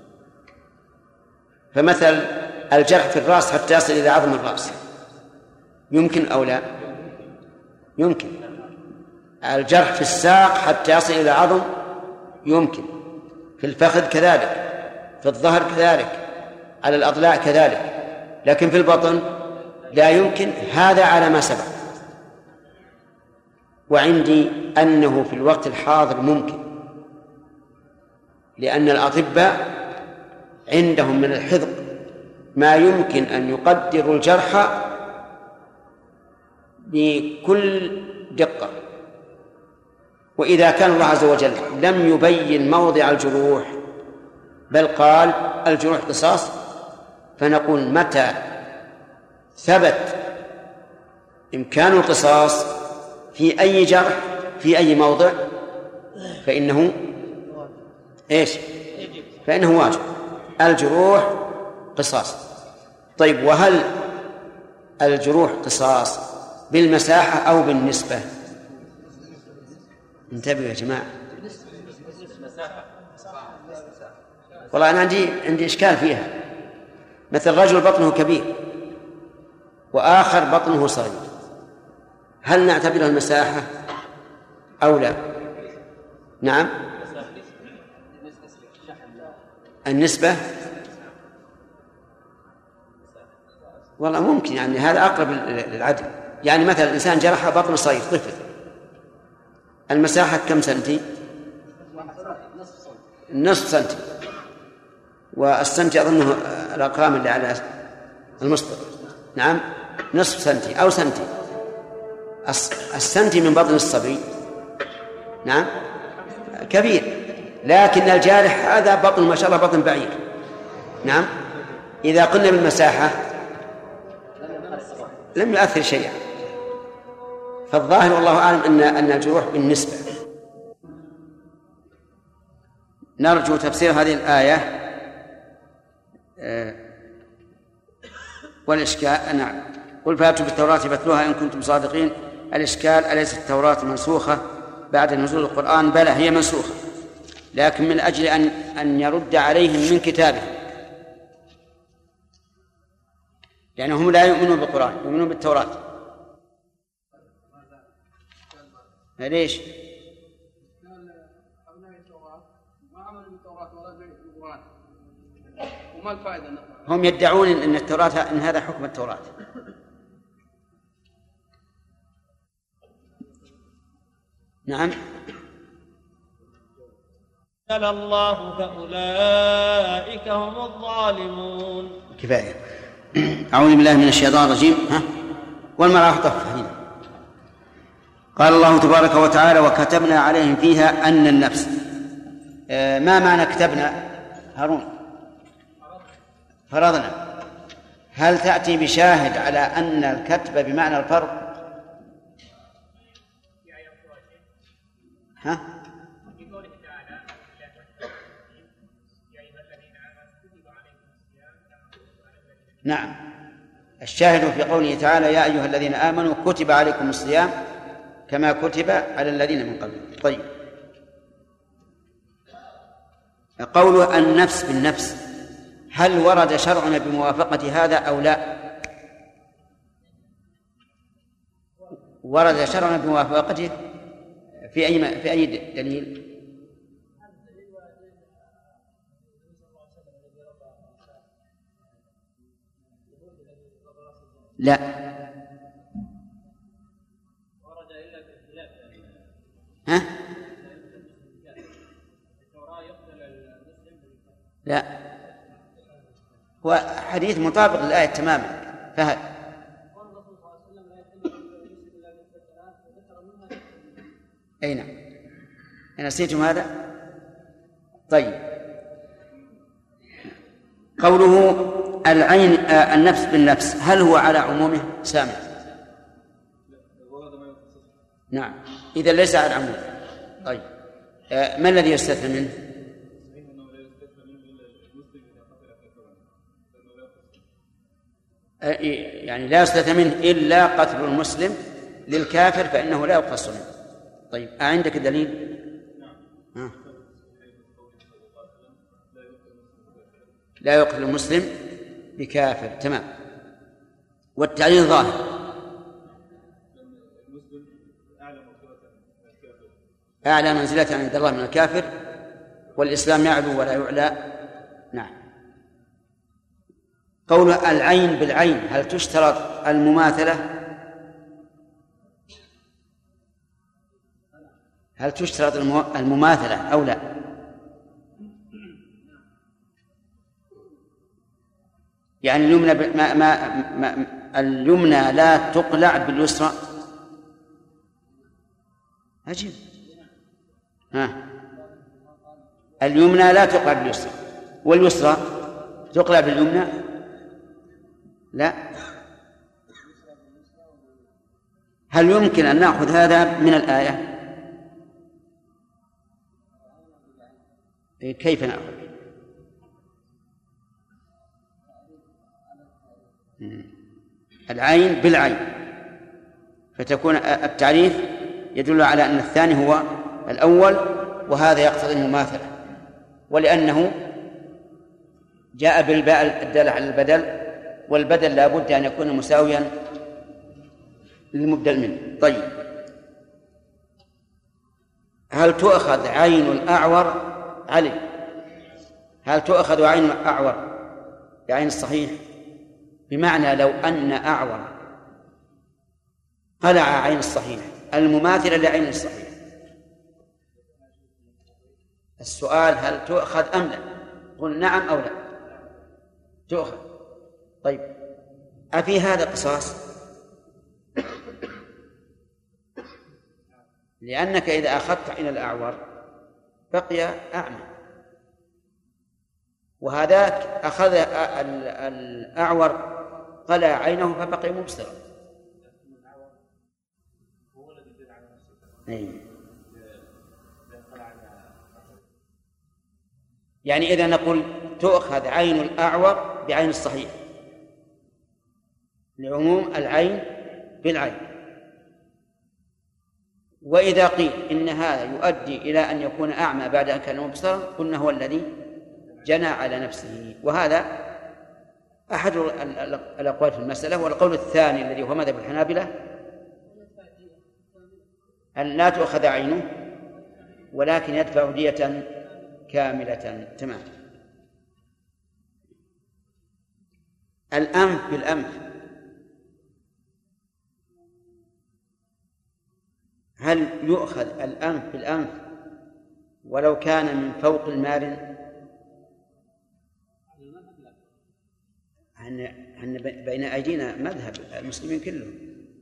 فمثل الجرح في الرأس حتى يصل إلى عظم الرأس يمكن أو لا؟ يمكن. الجرح في الساق حتى يصل إلى عظم يمكن، في الفخذ كذلك، في الظهر كذلك، على الأضلاع كذلك، لكن في البطن لا يمكن. هذا على ما سبق. وعندي أنه في الوقت الحاضر ممكن، لأن الأطباء عندهم من الحذق ما يمكن أن يقدروا الجرح بكل دقة. وإذا كان الله عز وجل لم يبين موضع الجروح بل قال الجروح قصاص، فنقول متى ثبت إمكان القصاص في أي جرح في أي موضع فإنه إيش؟ فإنه واجب. الجروح قصاص. طيب، وهل الجروح قصاص بالمساحة أو بالنسبة؟ انتبهوا يا جماعة، والله أنا عندي إشكال فيها. مثل رجل بطنه كبير وآخر بطنه صغير، هل نعتبرها المساحة أو لا؟ نعم، النسبة والله ممكن، يعني هذا أقرب للعدل. يعني مثلا الإنسان جرح بطن صغير طفل، المساحة كم سنتي؟ نصف سنتي، والسنتي أظنه الأرقام اللي على المسطر. نعم، نصف سنتي أو سنتي. السنتي من بطن الصبي نعم كبير، لكن الجارح هذا بطن ما شاء الله بطن بعير. نعم، إذا قلنا بالمساحة لم يؤثر شيئا. فالظاهر والله أعلم أن الجروح بالنسبة. نرجو تفسير هذه الآية والإشكال. نعم، قل فأتوا بالتوراة فاتلوها إن كنتم صادقين. الإشكال: أليست التوراة منسوخة بعد نزول القرآن؟ بلى، هي منسوخة، لكن من أجل أن يرد عليهم من كتابه، لأنهم لا يؤمنون بالقرآن، يؤمنون بالتوراة. ليش؟ وما الفائدة؟ هم يدعون أن التوراة، أن هذا حكم التوراة. نعم. قال الله فأولئك هم الظالمون. كفاية. أعوذ بالله من الشيطان الرجيم. والمرأة طف هنا. قال الله تبارك وتعالى: وكتبنا عليهم فيها أن النفس. ما معنى كتبنا هارون؟ فرضنا. هل تأتي بشاهد على أن الكتب بمعنى الفرض؟ ها؟ نعم، الشاهد في قوله تعالى: يا أيها الذين آمنوا كتب عليكم الصيام كما كتب على الذين من قبلكم. طيب، قوله النفس بالنفس، هل ورد شرعنا بموافقة هذا أو لا؟ ورد شرعنا بموافقته في أي دليل؟ لا، لا، هو حديث مطابق للآية تماما. فهل أي نعم، نسيتم هذا؟ طيب، قوله العين النفس بالنفس، هل هو على عمومه؟ سامع. نعم، إذا ليس على عمومه. طيب، ما الذي يستثنى منه؟ يعني لا يستثنى منه إلا قتل المسلم للكافر فإنه لا يقتص منه. طيب، عندك دليل؟ لا يقتل المسلم بكافر، تمام. والتعليل ظاهر، أعلى منزلة عند الله من الكافر، والإسلام يعلو ولا يعلى. نعم. قول العين بالعين، هل تشترط المماثلة؟ هل تشترط المماثلة أو لا؟ يعني اليمنى اليمنى لا تقلع باليسرى؟ عجيب. اليمنى لا تقلع باليسرى، واليسرى تقلع باليمنى؟ لا. هل يمكن أن نأخذ هذا من الآية؟ كيف نأخذ؟ العين بالعين، فتكون التعريف يدل على أن الثاني هو الأول، وهذا يقتضي المماثلة، ولأنه جاء بالباء الدالة على البدل، والبدل لا بد أن يكون مساويا للمبدل منه. طيب، هل تؤخذ عين الأعور علي؟ هل تؤخذ عين الأعور بعين الصحيح؟ بمعنى لو أن أعور قلع عين الصحيح المماثلة لعين الصحيح، السؤال هل تؤخذ أم لا؟ قل نعم أو لا، تؤخذ. طيب، أفي هذا قصاص؟ لأنك إذا أخذت عين الأعور بقي أعمى، وهذاك أخذ الأعور قلع عينه فبقي مبصرا. يعني إذا نقول تؤخذ عين الأعور بعين الصحيح لعموم العين بالعين، وإذا قيل إن هذا يؤدي إلى أن يكون أعمى بعد أن كان مبصرا قلنا هو الذي جنى على نفسه. وهذا أحد الأقوال في المسألة. والقول الثاني الذي هو مذهب الحنابلة أن لا تؤخذ عينه ولكن يدفع دية كاملة. تمام. الأنف بالأنف، هل يؤخذ الأنف بالأنف ولو كان من فوق المارن؟ أن بين أيدينا مذهب المسلمين كلهم.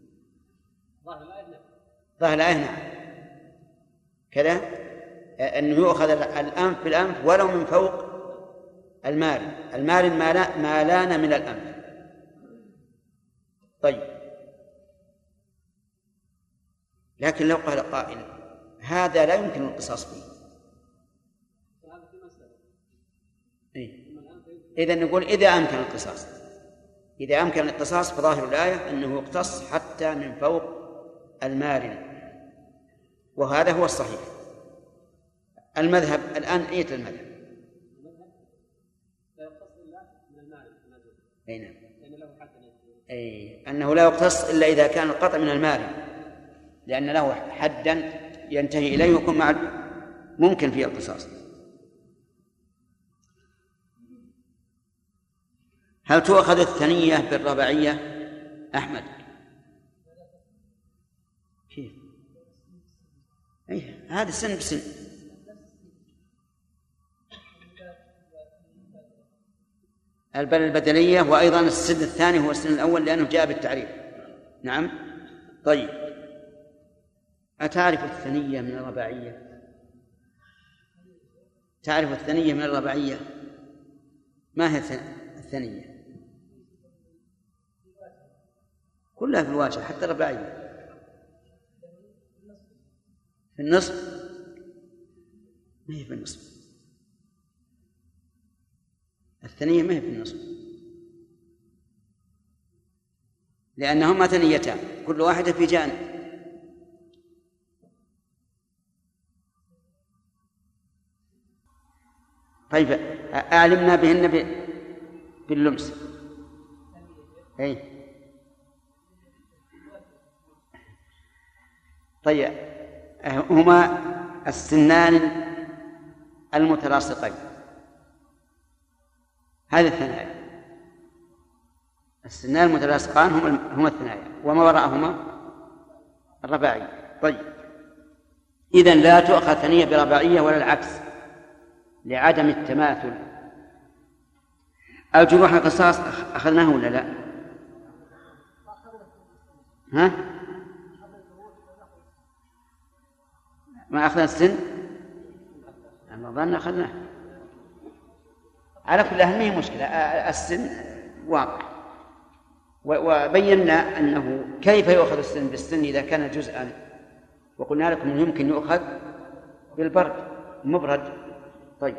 ظاهر الآية نعم كذا، أنه يؤخذ الأنف بالأنف ولو من فوق المارن. المارن ما لان من الأنف. طيب، لكن لو قال قائل هذا لا يمكن القصاص به، إذن نقول إذا أمكن القصاص، إذا أمكن القصاص فظاهر الآية أنه يقتص حتى من فوق المارن، وهذا هو الصحيح. المذهب الآن أية المذهب؟ أي أنه لا يقتص إلا إذا كان القطع من المارن، لأن له حدا ينتهي إليه ويكون ممكن فيه القصاص. هل تؤخذ الثنية بالرباعية أحمد؟ كيف؟ هذا سن بسن. البل البدلية، وأيضا السن الثاني هو السن الأول لأنه جاء بالتعريف. نعم. طيب، أتعرف الثنية من الرباعية؟ تعرف الثنية من الرباعية؟ ما هي الثنية؟ كلها في الواجهة حتى الرباعية. في النصف؟ ما هي في النصف. الثنية ما هي في النصف، لأنهما ثنيتان كل واحدة في جانب. طيب، أعلمنا بهن باللمس. أي. طيب، هما السنان المتلاصقين، هذه الثنايا. السنان المتلاصقان هما الثنايا، وما وراءهما الرباعي. طيب، إذن لا تؤخذ ثنية برباعية ولا العكس لعدم التماثل. الجروح القصاص أخذناه ولا لا؟ ها؟ ما أخذنا السن؟ أنا ظن أخذناه. على كل أهل ما هي مشكلة، السن واضح، وبينا أنه كيف يؤخذ السن بالسن إذا كان جزءا، وقلنا لكم أنه يمكن يؤخذ بالبرد مبرد. طيب،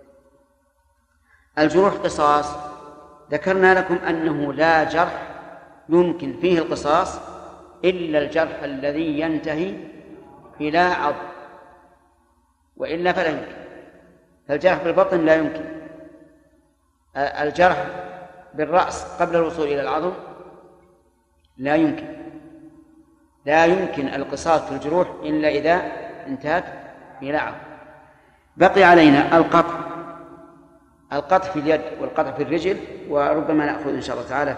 الجروح قصاص، ذكرنا لكم أنه لا جرح يمكن فيه القصاص إلا الجرح الذي ينتهي إلى عظم، وإلا فلا يمكن. فالجرح بالبطن لا يمكن، الجرح بالرأس قبل الوصول إلى العظم لا يمكن. لا يمكن القصاص في الجروح إلا إذا انتهت إلى عظم. بقي علينا القطع في اليد والقطع في الرجل، وربما نأخذ إن شاء الله تعالى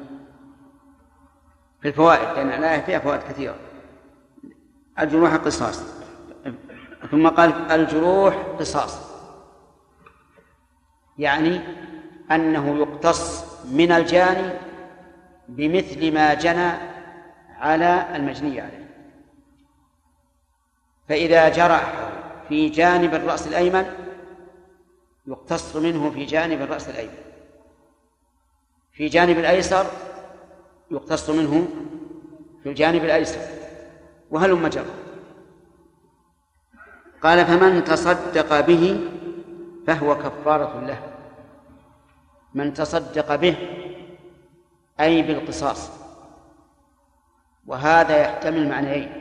في الفوائد، لأن الآية فيها فوائد كثيرة. الجروح قصاص، ثم قال الجروح قصاص، يعني أنه يقتص من الجاني بمثل ما جنى على المجني عليه. فإذا جرح في جانب الرأس الأيمن يقتص منه في جانب الرأس الأيمن، في جانب الأيسر يقتص منه في الجانب الأيسر، وهلم جرى. قال فمن تصدق به فهو كفارة له. من تصدق به أي بالقصاص، وهذا يحتمل معنيين.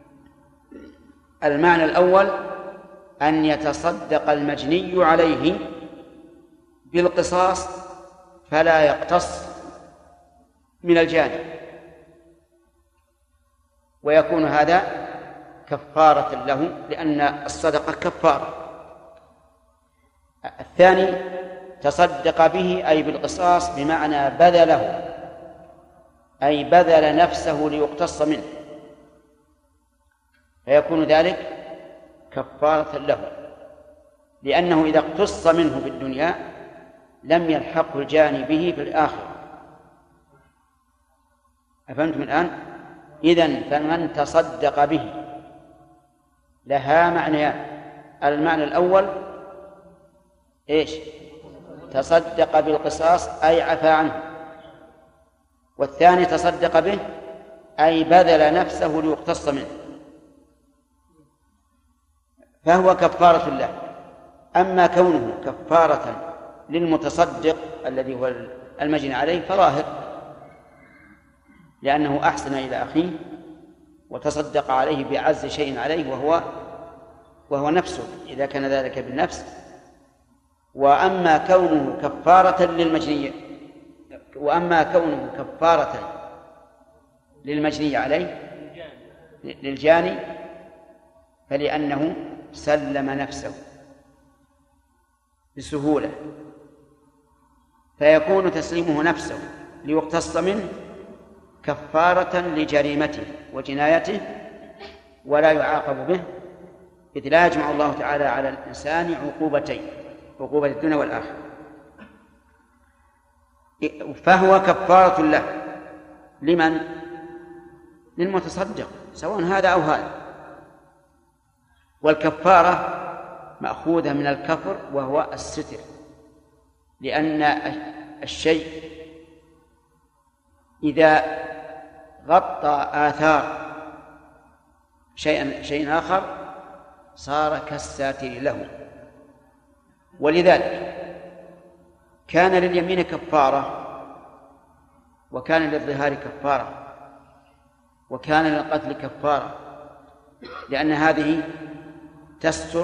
المعنى الأول أن يتصدق المجني عليه بالقصاص فلا يقتص من الجاني، ويكون هذا كفارة له، لأن الصدقة كفارة. الثاني تصدق به أي بالقصاص بمعنى بذله، أي بذل نفسه ليقتص منه، فيكون ذلك كفارة له، لأنه إذا اقتص منه في الدنيا لم يلحقه الجاني به في الآخرة. أفهمتم الآن؟ إذن فمن تصدق به لها معنيان. المعنى الأول إيش؟ تصدق بالقصاص أي عفى عنه، والثاني تصدق به أي بذل نفسه ليقتص منه، فهو كفارة له. أما كونه كفارة للمتصدق الذي هو المجني عليه فظاهر، لأنه أحسن إلى أخيه وتصدق عليه بأعز شيء عليه وهو نفسه إذا كان ذلك بالنفس. وأما كونه كفارة للمجني عليه للجاني فلأنه سلم نفسه بسهولة، فيكون تسليمه نفسه ليقتص منه كفارة لجريمته وجنايته، ولا يعاقب به، إذ لا يجمع الله تعالى على الإنسان عقوبتين، عقوبة الدنيا والآخرة. فهو كفارة له. لمن؟ للمتصدق، سواء هذا أو هذا. والكفارة مأخوذة من الكفر وهو الستر، لأن الشيء إذا غطى آثار شيء آخر صار كالساتر له. ولذلك كان لليمين كفارة، وكان للظهار كفارة، وكان للقتل كفارة، لأن هذه تستر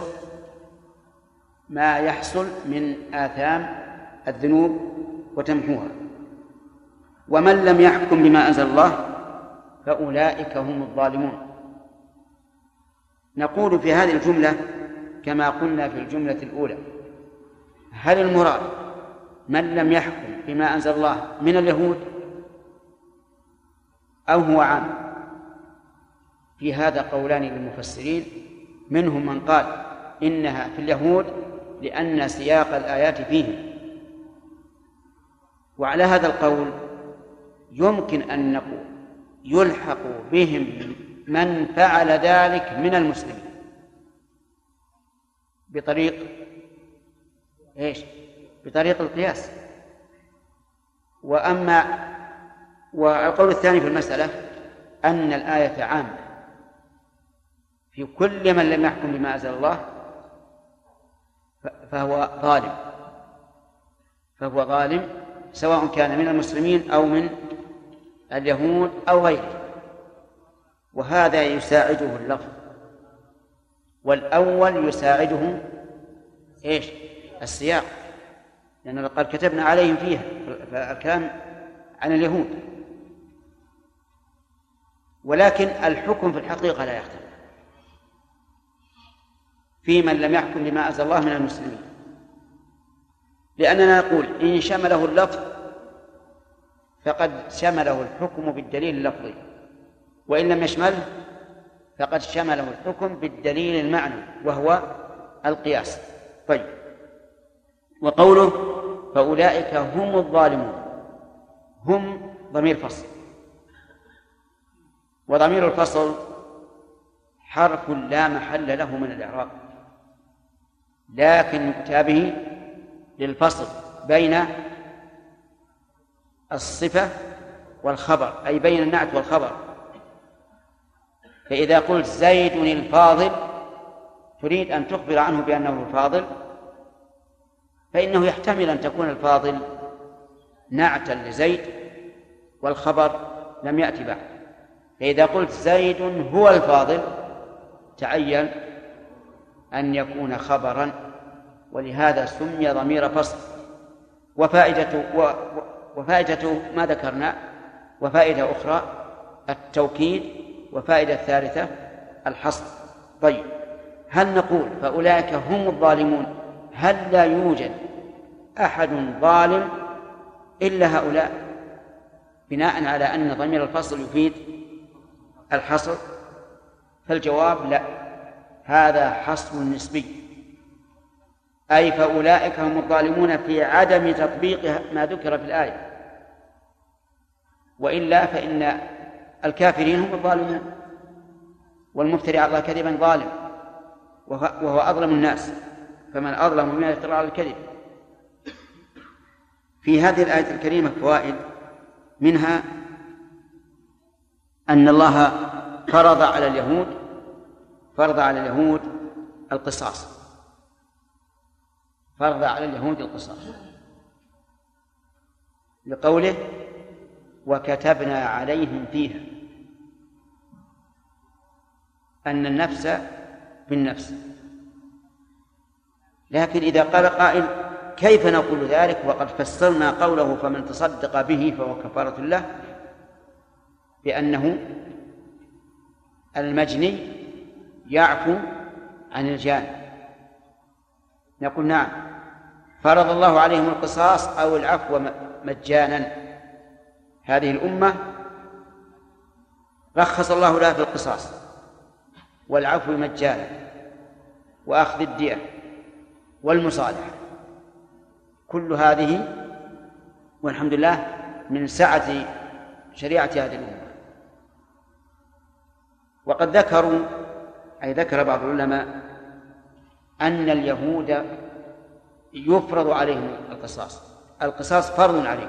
ما يحصل من آثام الذنوب وتمحوها. ومن لم يحكم بما أنزل الله فأولئك هم الظالمون. نقول في هذه الجملة كما قلنا في الجملة الأولى: هل المراد من لم يحكم بما أنزل الله من اليهود أو هو عام؟ في هذا قولان للمفسرين، منهم من قال إنها في اليهود لأن سياق الآيات فيهم. وعلى هذا القول يمكن أن نقول يلحق بهم من فعل ذلك من المسلمين بطريق بطريق القياس. والقول الثاني في المسألة أن الآية عامة في كل من لم يحكم بما أنزل الله فهو ظالم سواء كان من المسلمين أو من اليهود أو غيره. وهذا يساعده اللفظ، والأول يساعده السياق، لأنه قد كتبنا عليهم فيها، فالكلام عن اليهود. ولكن الحكم في الحقيقة لا يختلف في من لم يحكم بما أنزل الله من المسلمين، لأننا نقول إن شمله اللفظ فقد شمله الحكم بالدليل اللفظي، وإن لم يشمله فقد شمله الحكم بالدليل المعنوي وهو القياس. طيب، وقوله فأولئك هم الظالمون، هم ضمير فصل، وضمير الفصل حرف لا محل له من الإعراب، لكن يؤتى به للفصل بين الصفة والخبر، أي بين النعت والخبر. فإذا قلت زيد الفاضل تريد أن تخبر عنه بأنه الفاضل، فإنه يحتمل أن تكون الفاضل نعتا لزيد والخبر لم يأتي بعد. فإذا قلت زيد هو الفاضل تعين أن يكون خبرا، ولهذا سمي ضمير فصل. وفائدة ما ذكرنا، وفائدة أخرى التوكيد، وفائدة ثالثة الحصر. طيب، هل نقول فأولئك هم الظالمون؟ هل لا يوجد أحد ظالم إلا هؤلاء، بناء على أن ضمير الفصل يفيد الحصر؟ فالجواب لا، هذا حصر نسبي، أي فأولئك هم الظالمون في عدم تطبيق ما ذكر في الآية، وإلا فإن الكافرين هم الظالمون، والمفتري على الله كذبا ظالم، وهو أظلم الناس، فمن أظلم ممن يفترى على الكذب. في هذه الآية الكريمة فوائد، منها أن الله فرض على اليهود القصاص، فرض على اليهود القصاص لقوله وكتبنا عليهم فيها أن النفس بالنفس. لكن إذا قال قائل كيف نقول ذلك وقد فسرنا قوله فمن تصدق به فهو كفارة له بأنه المجني يعفو عن الجاني؟ نقول نعم، فرض الله عليهم القصاص أو العفو مجانا. هذه الأمة رخص الله لها في القصاص والعفو مجانا وأخذ الدية والمصالحة، كل هذه والحمد لله من سعة شريعة هذه الأمة. وقد ذكروا، أي ذكر بعض العلماء أن اليهود يفرض عليهم القصاص فرض عليهم،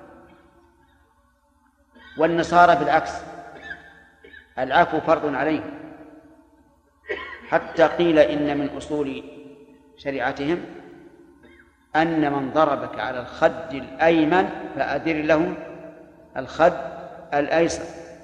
والنصارى بالعكس العفو فرض عليهم، حتى قيل إن من أصول شريعتهم أن من ضربك على الخد الأيمن فأدر له الخد الأيسر.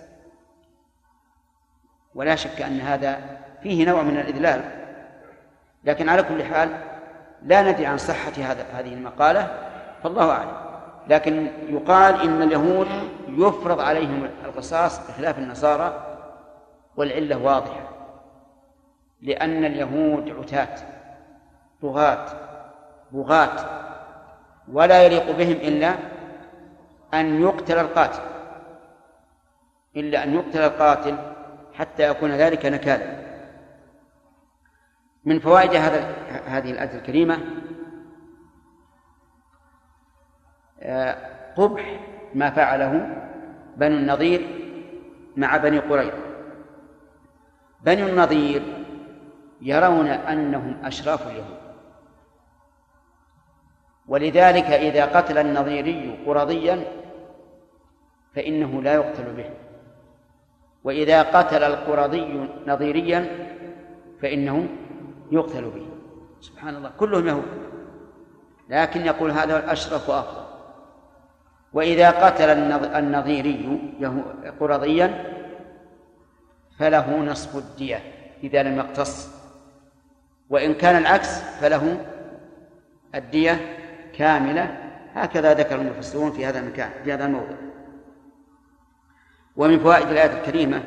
ولا شك أن هذا فيه نوع من الإذلال، لكن على كل حال لا ندري عن صحة هذه المقالة، فالله أعلم. لكن يقال إن اليهود يفرض عليهم القصاص بخلاف النصارى، والعلة واضحة، لأن اليهود عتاة طغاة بغاة، ولا يليق بهم إلا أن يقتل القاتل حتى يكون ذلك نكالا. من فوائد هذه الآية الكريمة قبح ما فعله بنو النضير مع بني قريظة. بني النضير يرون أنهم أشراف اليهود، ولذلك إذا قتل النضيري قرظيا فإنه لا يقتل به، وإذا قتل القرظي نضيريا فإنه يقتل به. سبحان الله، كلهم يهود، لكن يقول هذا الأشرف وأفضل. وإذا قتل النضيري قرظيا فله نصف الدية إذا لم يقتص، وإن كان العكس فله الدية كاملة. هكذا ذكر المفسرون في هذا المكان، في هذا الموضع. ومن فوائد الآية الكريمة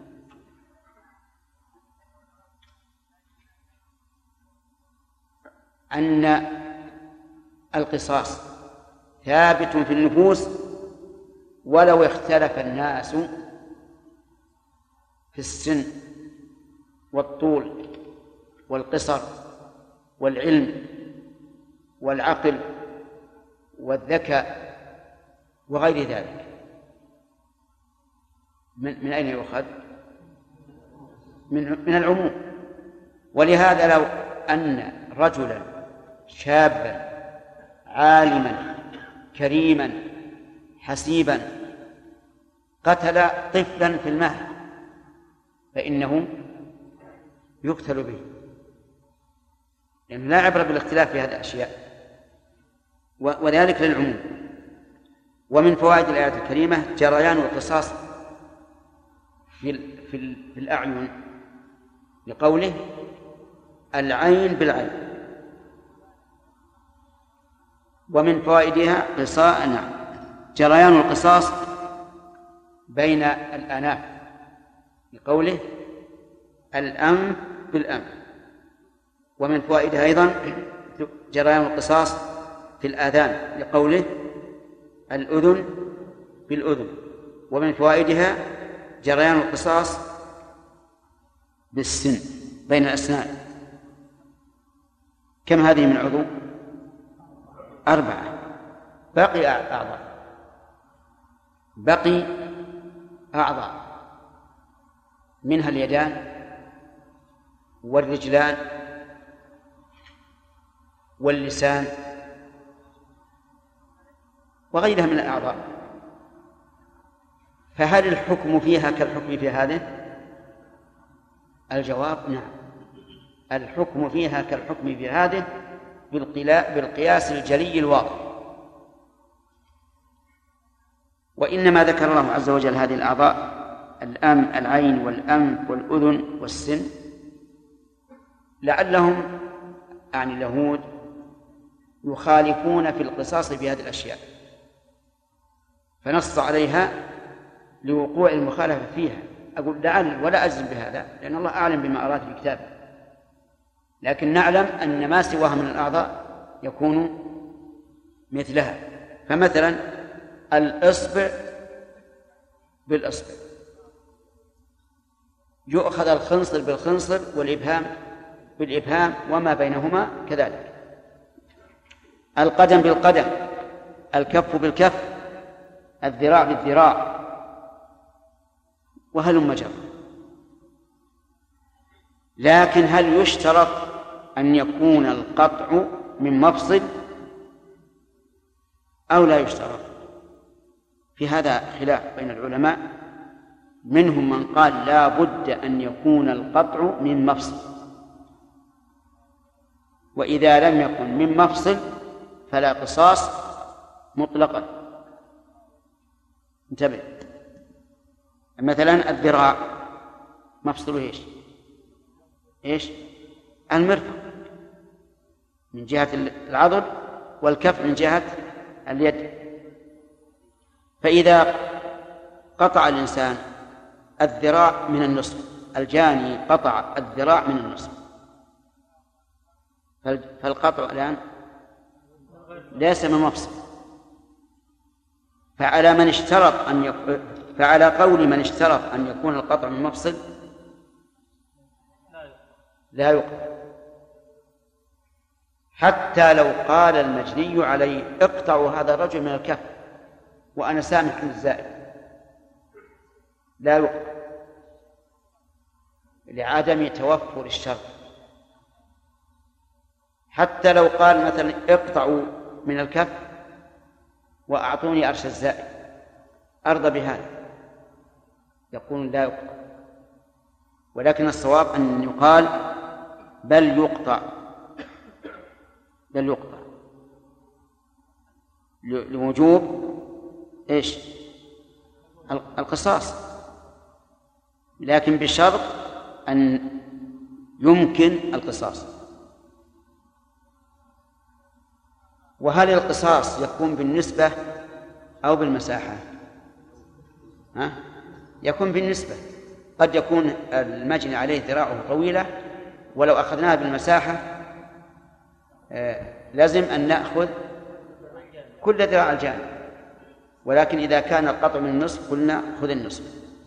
أن القصاص ثابت في النفوس ولو اختلف الناس في السن والطول والقصر والعلم والعقل والذكاء وغير ذلك. من أين يؤخذ؟ من العموم. ولهذا لو أن رجلا شابا عالما كريما حسيبا قتل طفلا في المهد فإنه يقتل به، لأنه لا عبرة بالاختلاف في هذه الأشياء، وذلك للعموم. ومن فوائد الآية الكريمة جريان القصاص في الأعين، لقوله العين بالعين. ومن فوائدها جريان القصاص بين الأناف، لقوله الأنف بالأنف. ومن فوائدها أيضا جريان القصاص في الآذان، لقوله الأذن بالأذن. ومن فوائدها جريان القصاص بالسن بين الأسنان. كم هذه من عضو؟ 4. بقي أعضاء منها اليدان والرجلان واللسان وغيرها من الأعضاء. فهل الحكم فيها كالحكم في هذه؟ الجواب نعم، الحكم فيها كالحكم في هذه بالقياس الجلي الواضح. وإنما ذكر الله عز وجل هذه الأعضاء العين والأنف والأذن والسن لعلهم يعني اليهود يخالفون في القصاص بهذه الأشياء، فنص عليها لوقوع المخالفة فيها. أقول لعل ولا أجزم بهذا، لأن الله أعلم بما أراد في كتابه، لكن نعلم أن ما سواها من الأعضاء يكون مثلها. فمثلا الإصبع بالإصبع، يؤخذ الخنصر بالخنصر والإبهام بالإبهام وما بينهما كذلك. القدم بالقدم الكف بالكف، الذراع بالذراع، وهلم جرا. لكن هل يشترط أن يكون القطع من مفصل أو لا يشترط؟ في هذا خلاف بين العلماء، منهم من قال لا بد أن يكون القطع من مفصل، وإذا لم يكن من مفصل فلا قصاص مطلقا. انتبه، مثلا الذراع مفصله ايش؟ المرفق من جهة العضد، والكف من جهة اليد. فإذا قطع الإنسان الذراع من النصف، الجاني قطع الذراع من النصف، فالقطع الآن ليس من مفصل. فعلى قول من اشترط أن يكون القطع من مفصل لا يقطع، حتى لو قال المجني عليه اقطعوا هذا الرجل من الكف وأنا سامح عن الزائد، لا يقطع لعدم توفر الشرط. حتى لو قال مثلا اقطعوا من الكف وأعطوني أرش الزائد أرضى بهذا، يقول لا يقطع. ولكن الصواب أن يقال بل يقطع لوجوب ايش؟ القصاص، لكن بشرط أن يمكن القصاص. وهل القصاص يكون بالنسبة أو بالمساحة؟ يكون بالنسبة. قد يكون المجني عليه ذراعه طويلة، ولو أخذناها بالمساحة لازم أن نأخذ كل ذراع الجانب، ولكن إذا كان القطع من النصف قلنا خذ النصف،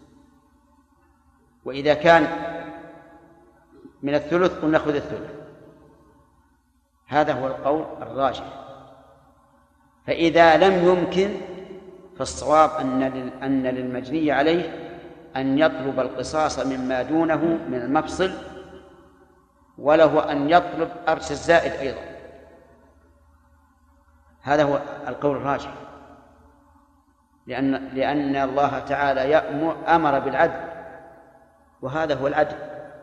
وإذا كان من الثلث قلنا خذ الثلث. هذا هو القول الراجح. فإذا لم يمكن فالصواب أن للمجني عليه أن يطلب القصاص مما دونه من المفصل، وله أن يطلب أرش الزائد أيضا. هذا هو القول الراجح، لأن الله تعالى أمر بالعدل، وهذا هو العدل.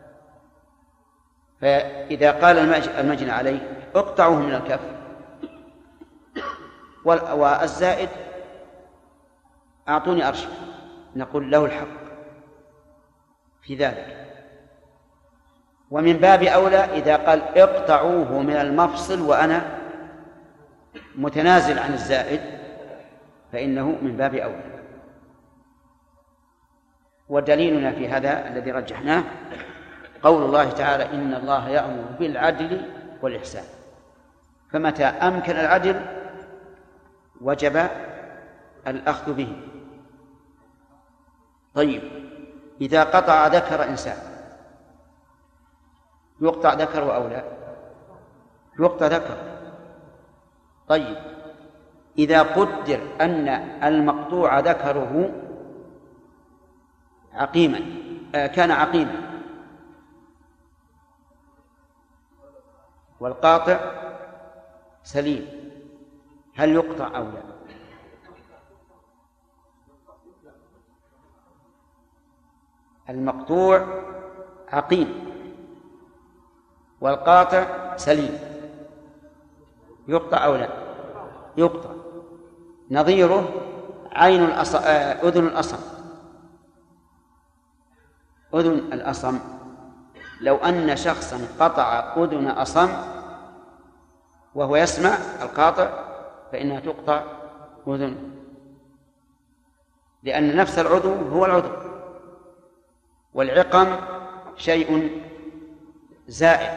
فإذا قال المجني عليه اقطعوه من الكف والزائد أعطوني أرش، نقول له الحق في ذلك. ومن باب أولى إذا قال اقطعوه من المفصل وأنا متنازل عن الزائد فإنه من باب أولى. ودليلنا في هذا الذي رجحناه قول الله تعالى إن الله يأمر بالعدل والإحسان، فمتى أمكن العدل وجب الأخذ به. طيب، إذا قطع ذكر إنسان يقطع ذكر أو لا؟ يقطع ذكر. طيب، إذا قدر أن المقطوع ذكره عقيما كان عقيما والقاطع سليم، هل يقطع أو لا؟ المقطوع عقيم والقاطع سليم، يقطع أو لا؟ يقطع. نظيره عين أذن الأصم. أذن الأصم لو أن شخصا قطع أذن أصم وهو يسمع القاطع فإنها تقطع أذنه، لأن نفس العضو هو العضو، والعقم شيء زائد،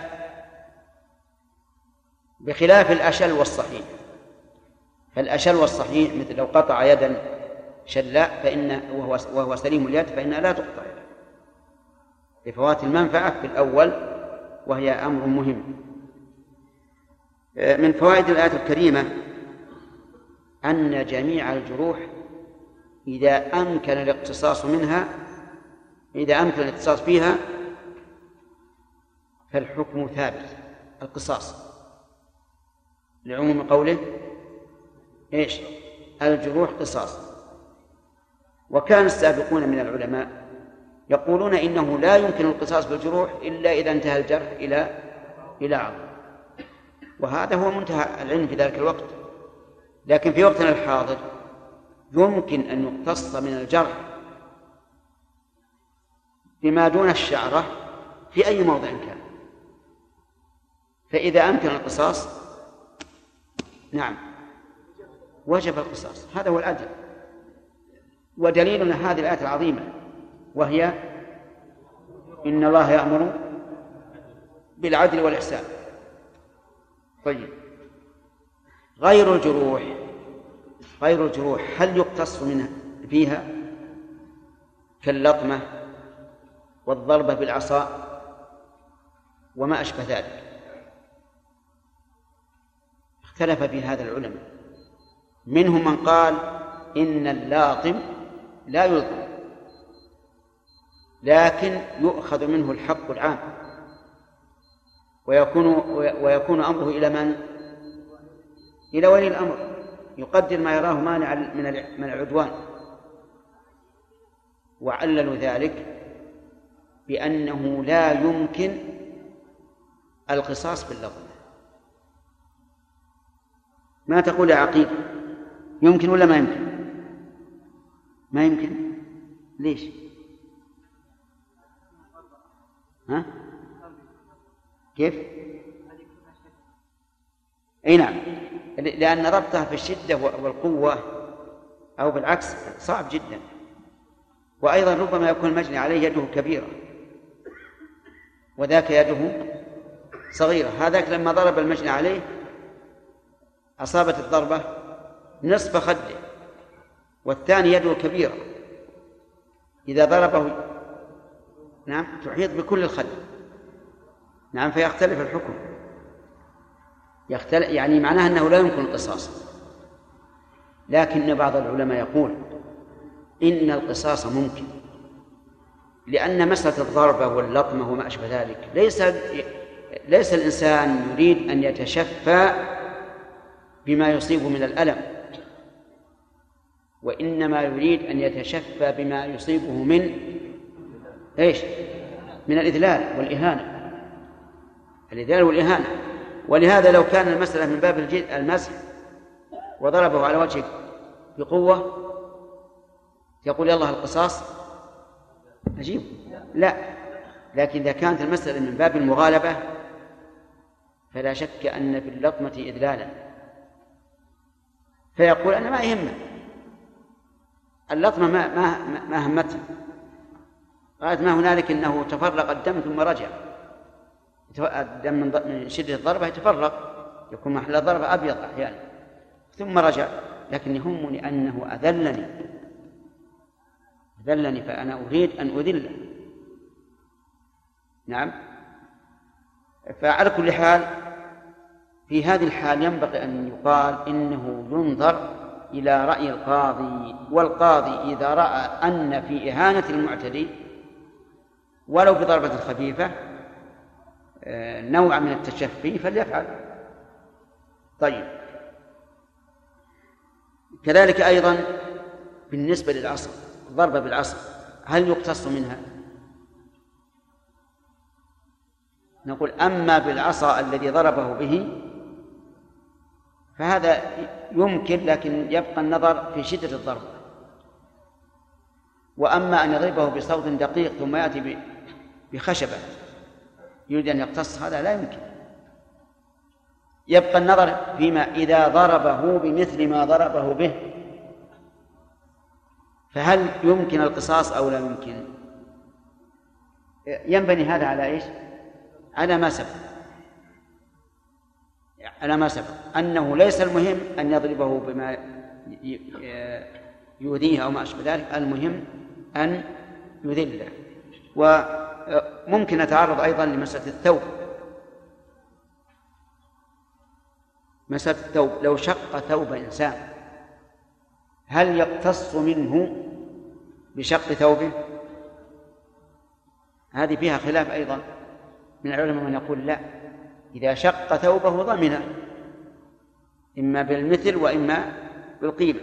بخلاف الأشل والصحيح. فالأشل والصحيح مثل لو قطع يدا شلاء وهو سليم اليد فإنها لا تقطع لفوات المنفعة في الأول، وهي أمر مهم. من فوائد الآية الكريمة أن جميع الجروح إذا أمكن الاقتصاص منها، إذا أمكن الاقتصاص فيها فالحكم ثابت، القصاص، لعموم قوله إيش؟ الجروح قصاص. وكان السابقون من العلماء يقولون إنه لا يمكن القصاص بالجروح إلا إذا انتهى الجرح إلى عظم، وهذا هو منتهى العلم في ذلك الوقت. لكن في وقتنا الحاضر يمكن أن يقتص من الجرح بما دون الشعرة في أي موضع كان، فإذا أمكن القصاص نعم وجب القصاص، هذا هو العدل. ودليلنا هذه الآية العظيمة وهي إن الله يأمر بالعدل والإحسان. طيب، غير الجروح هل يقتص منها فيها كاللطمة والضربة بالعصا وما أشبه ذلك؟ اختلف في هذا العلماء، منهم من قال إن اللاطم لا يلطم لكن يؤخذ منه الحق العام ويكون أمره إلى من؟ إلى ولي الأمر، يقدر ما يراه مانع من العدوان. وعللوا ذلك بأنه لا يمكن القصاص باللطم. ما تقول يا عقيل، يمكن ولا ما يمكن؟ ما يمكن. ليش؟ ها؟ كيف؟ اي نعم، لأن ربطها في الشدة والقوة أو بالعكس صعب جدا، وأيضا ربما يكون المجني عليه يده كبيرة وذاك يده صغيرة. هذاك لما ضرب المجني عليه أصابت الضربة نصف خده، والثاني يده كبيرة إذا ضربه نعم تحيط بكل الخد، نعم، فيختلف الحكم، يعني معناها أنه لا يمكن القصاص. لكن بعض العلماء يقول إن القصاص ممكن، لأن مسألة الضربة واللطمة وما أشبه ذلك ليس الإنسان يريد أن يتشفى بما يصيب من الألم، وإنما يريد أن يتشفى بما يصيبه من إيش؟ من الإذلال والإهانة. ولهذا لو كان المسألة من باب المسح وضربه على وجهه بقوة يقول يلا القصاص عجيب، لا. لكن إذا كانت المسألة من باب المغالبة فلا شك أن في اللطمة إذلالا، فيقول أنا ما يهمه اللطمة، ما همته، قالت ما هنالك أنه تفرق الدم ثم رجع. الدم من شدة الضربة يتفرق، يكون محل الضربة أبيض أحيانا ثم رجع، لكن يهمني أنه أذلني فأنا أريد أن أذله. نعم. فعلى كل حال في هذه الحال ينبغي أن يقال إنه ينظر إلى رأي القاضي، والقاضي إذا رأى أن في إهانة المعتدي ولو بضربة خفيفة نوع من التشفي فليفعل. طيب، كذلك أيضا بالنسبة للعصا، الضربة بالعصا هل يقتص منها؟ نقول أما بالعصا الذي ضربه به فهذا يمكن، لكن يبقى النظر في شدة الضرب. وأما أن يضربه بصوت دقيق ثم يأتي بخشبة يريد أن يقتص، هذا لا يمكن. يبقى النظر فيما إذا ضربه بمثل ما ضربه به فهل يمكن القصاص أو لا يمكن؟ ينبني هذا على إيش؟ على ما سبق أنه ليس المهم أن يضربه بما يؤذيه أو ما أشبه ذلك، المهم أن يذله. وممكن نتعرض أيضا لمسألة الثوب. مسألة الثوب، لو شق ثوب إنسان هل يقتص منه بشق ثوبه؟ هذه فيها خلاف أيضا من العلماء، من يقول لا، إذا شق ثوبه ضمنه إما بالمثل وإما بالقيمة.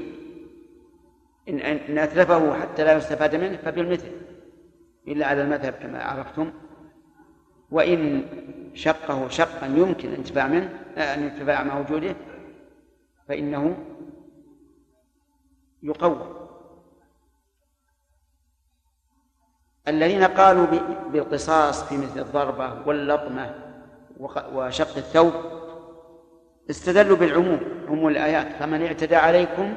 إن أتلفه حتى لا يستفاد منه فبالمثل إلا على المذهب كما عرفتم، وإن شقه شقا يمكن الانتفاع منه الانتفاع مع وجوده فإنه يقوم. الذين قالوا بالقصاص في مثل الضربة واللطمة وشق الثوب استدلوا بالعموم، عموم الآيات: فمن اعتدى عليكم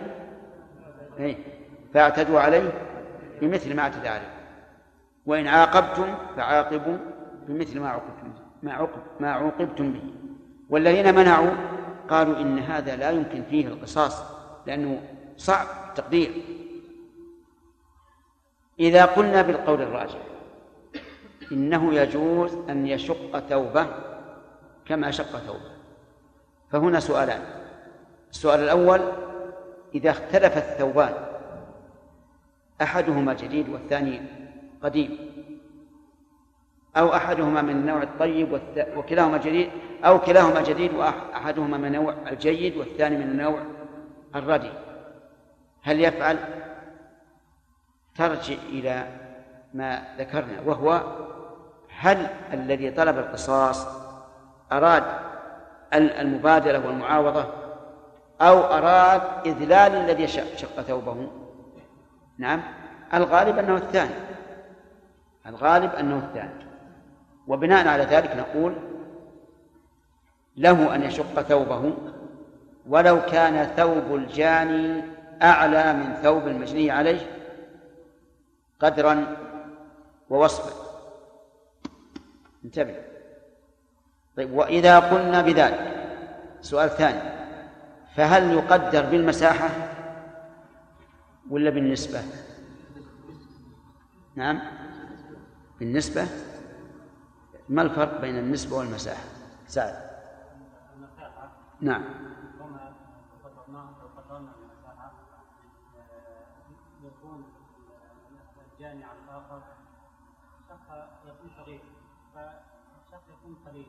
فاعتدوا عليه بمثل ما اعتدى عليكم وإن عاقبتم فعاقبوا بمثل ما عوقبتم به. والذين منعوا قالوا إن هذا لا يمكن فيه القصاص لأنه صعب التقدير. إذا قلنا بالقول الراجح إنه يجوز أن يشق ثوبه كما شق ثوبه، فهنا سؤالان: السؤال الأول: إذا اختلف الثوبان أحدهما جديد والثاني قديم، أو أحدهما من النوع الطيب وكلاهما جديد، أو كلاهما جديد وأحدهما من النوع الجيد والثاني من النوع الردي، هل يفعل؟ ترجع إلى ما ذكرنا، وهو هل الذي طلب القصاص أراد المبادلة والمعاوضة أو أراد إذلال الذي شق ثوبه؟ نعم، الغالب أنه الثاني. وبناء على ذلك نقول له أن يشق ثوبه ولو كان ثوب الجاني أعلى من ثوب المجني عليه قدرا ووصفا. انتبه. طيب، وإذا قلنا بذلك سؤال ثاني: فهل يقدر بالمساحة ولا بالنسبة؟ نعم، بالنسبة. ما الفرق بين النسبة والمساحة؟ سعد. نعم. يكون الجاني على الآخر الشق يكون صغير فالشق يكون قليل،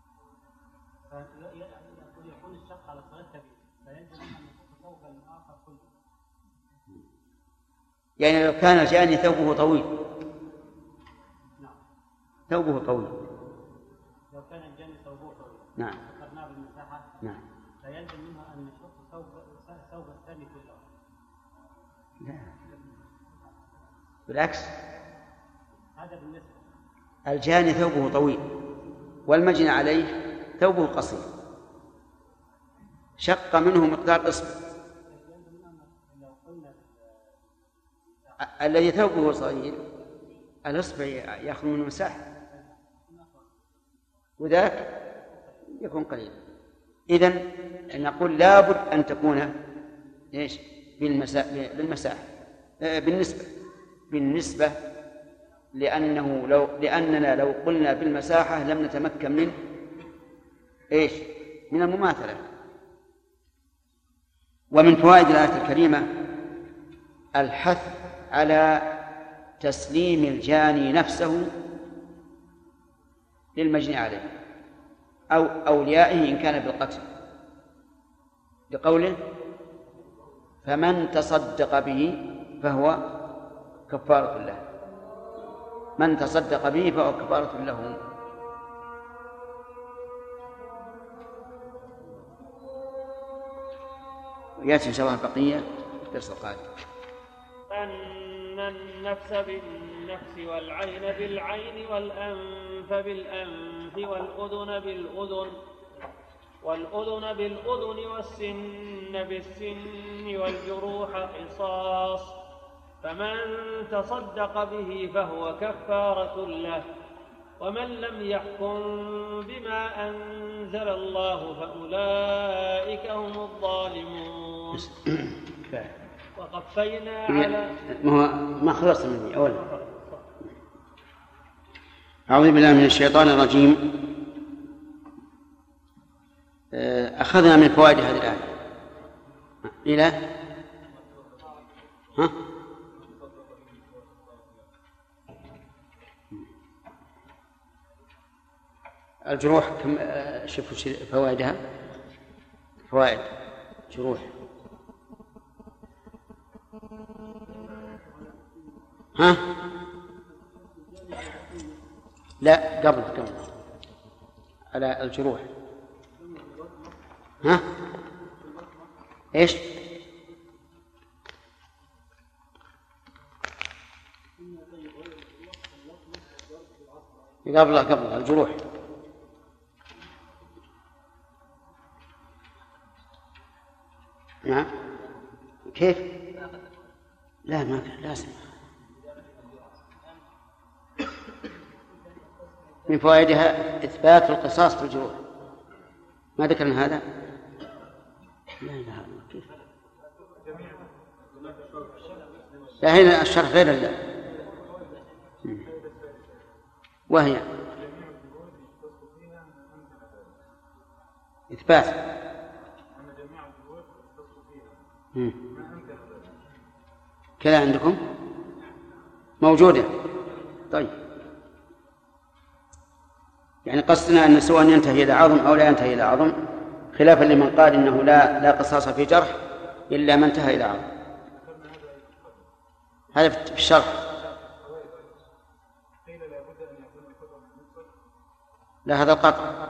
فيكون الشق على صغير كبير، فيجب أن يكون ثوب الآخر كله. يعني لو كان الجاني ثوبه طويل. نعم. ثوبه طويل. لو كان الجاني ثوبه طويل. نعم. فقرناه بالمساحة. نعم. فيلزم منه أن يشق ثوب الثاني كله. لا، بالعكس، هذا بالنسبة. الجاني ثوبه طويل والمجني عليه ثوبه قصير، شق منه مقدار إصبع. الذي ثوبه صغير الإصبع يأخذ منه مساحة وذاك يكون قليل. إذن نقول لابد أن تكون إيش؟ بالمساحة بالنسبة لأننا لو قلنا بالمساحة لم نتمكن من إيش؟ من المماثلة. ومن فوائد الآية الكريمة الحث على تسليم الجاني نفسه للمجني عليه أو أوليائه إن كان بالقتل، لقوله: فمن تصدق به فهو كفارة له. من تصدق به فهو كفارة له. ويأتي إن شاء الله البقية في الدرس القادم. أن النفس بالنفس والعين بالعين والأنف بالأنف والأذن بالأذن والسن بالسن والجروح قصاص، فمن تصدق به فهو كفارة له، ومن لم يحكم بما أنزل الله فأولئك هم الظالمون. وقفينا على ما خلصت مني أولا. أعوذ بالله من الشيطان الرجيم. أخذنا من فوائد هذه الآية إلى ها؟ الجروح كم؟ شوفوا فوائدها. فوائد جروح. ها؟ لا، قبل على الجروح. ها؟ ايش؟ قبل الجروح. نعم. كيف؟ لا، ما لازم. من فوائدها إثبات القصاص في الجروح. ما ذكرنا هذا؟ لا إله إلا الله. كيف؟ لا، هنا الشرح غير الله. وهي إثبات كذا عندكم موجودة. طيب، يعني قصدنا أن سواء ينتهي إلى عظم أو لا ينتهي إلى عظم، خلافا لمن قال إنه لا قصاص في جرح إلا ما انتهى إلى عظم. هذا في الشرح. لا، هذا القطع.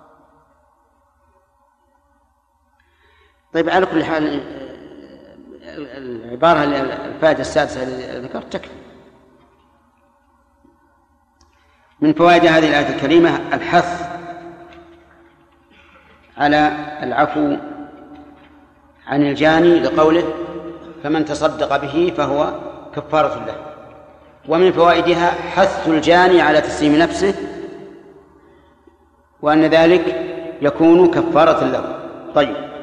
طيب، على كل حال العبارة الفائدة السادسة التي ذكرت تكفي. من فوائد هذه الآية الكريمة الحث على العفو عن الجاني لقوله فمن تصدق به فهو كفارة له. ومن فوائدها حث الجاني على تسليم نفسه، وأن ذلك يكون كفارة له. طيب،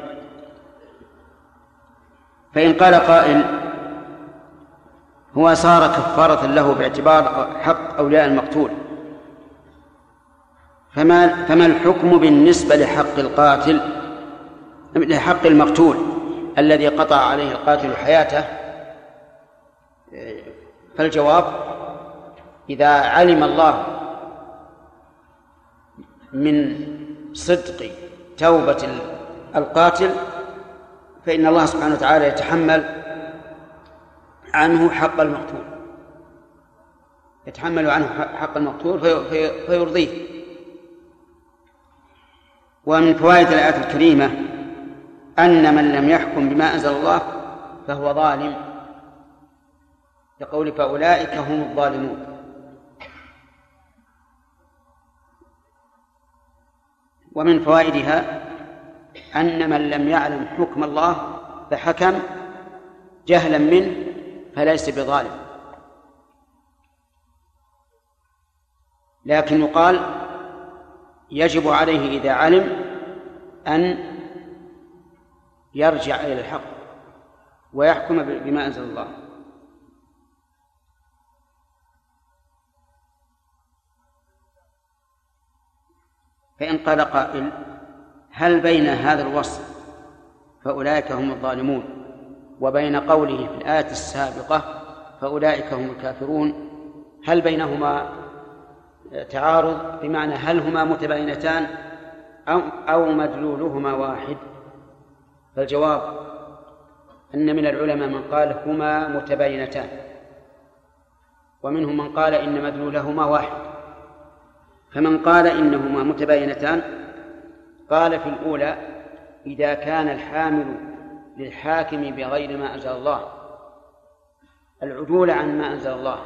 فإن قال قائل هو صار كفارة له باعتبار حق أولياء المقتول، فما الحكم بالنسبة لحق المقتول الذي قطع عليه القاتل حياته؟ فالجواب: إذا علم الله من صدق توبة القاتل فإن الله سبحانه وتعالى يتحمل عنه حق المقتول، فيرضيه. ومن فوائد الآية الكريمة أن من لم يحكم بما أنزل الله فهو ظالم، لقول فأولئك هم الظالمون. ومن فوائدها أن من لم يعلم حكم الله فحكم جهلا منه فليس بظالم، لكن يقال يجب عليه إذا علم أن يرجع إلى الحق ويحكم بما أنزل الله. فإن قال قائل هل بين هذا الوصف فأولئك هم الظالمون وبين قوله في الآية السابقة فأولئك هم الكافرون، هل بينهما تعارض؟ بمعنى هل هما متباينتان أو مدلولهما واحد؟ فالجواب أن من العلماء من قال هما متباينتان، ومنهم من قال إن مدلولهما واحد. فمن قال إنهما متباينتان قال في الأولى إذا كان الحامل للحاكم بغير ما أنزل الله العدول عن ما أنزل الله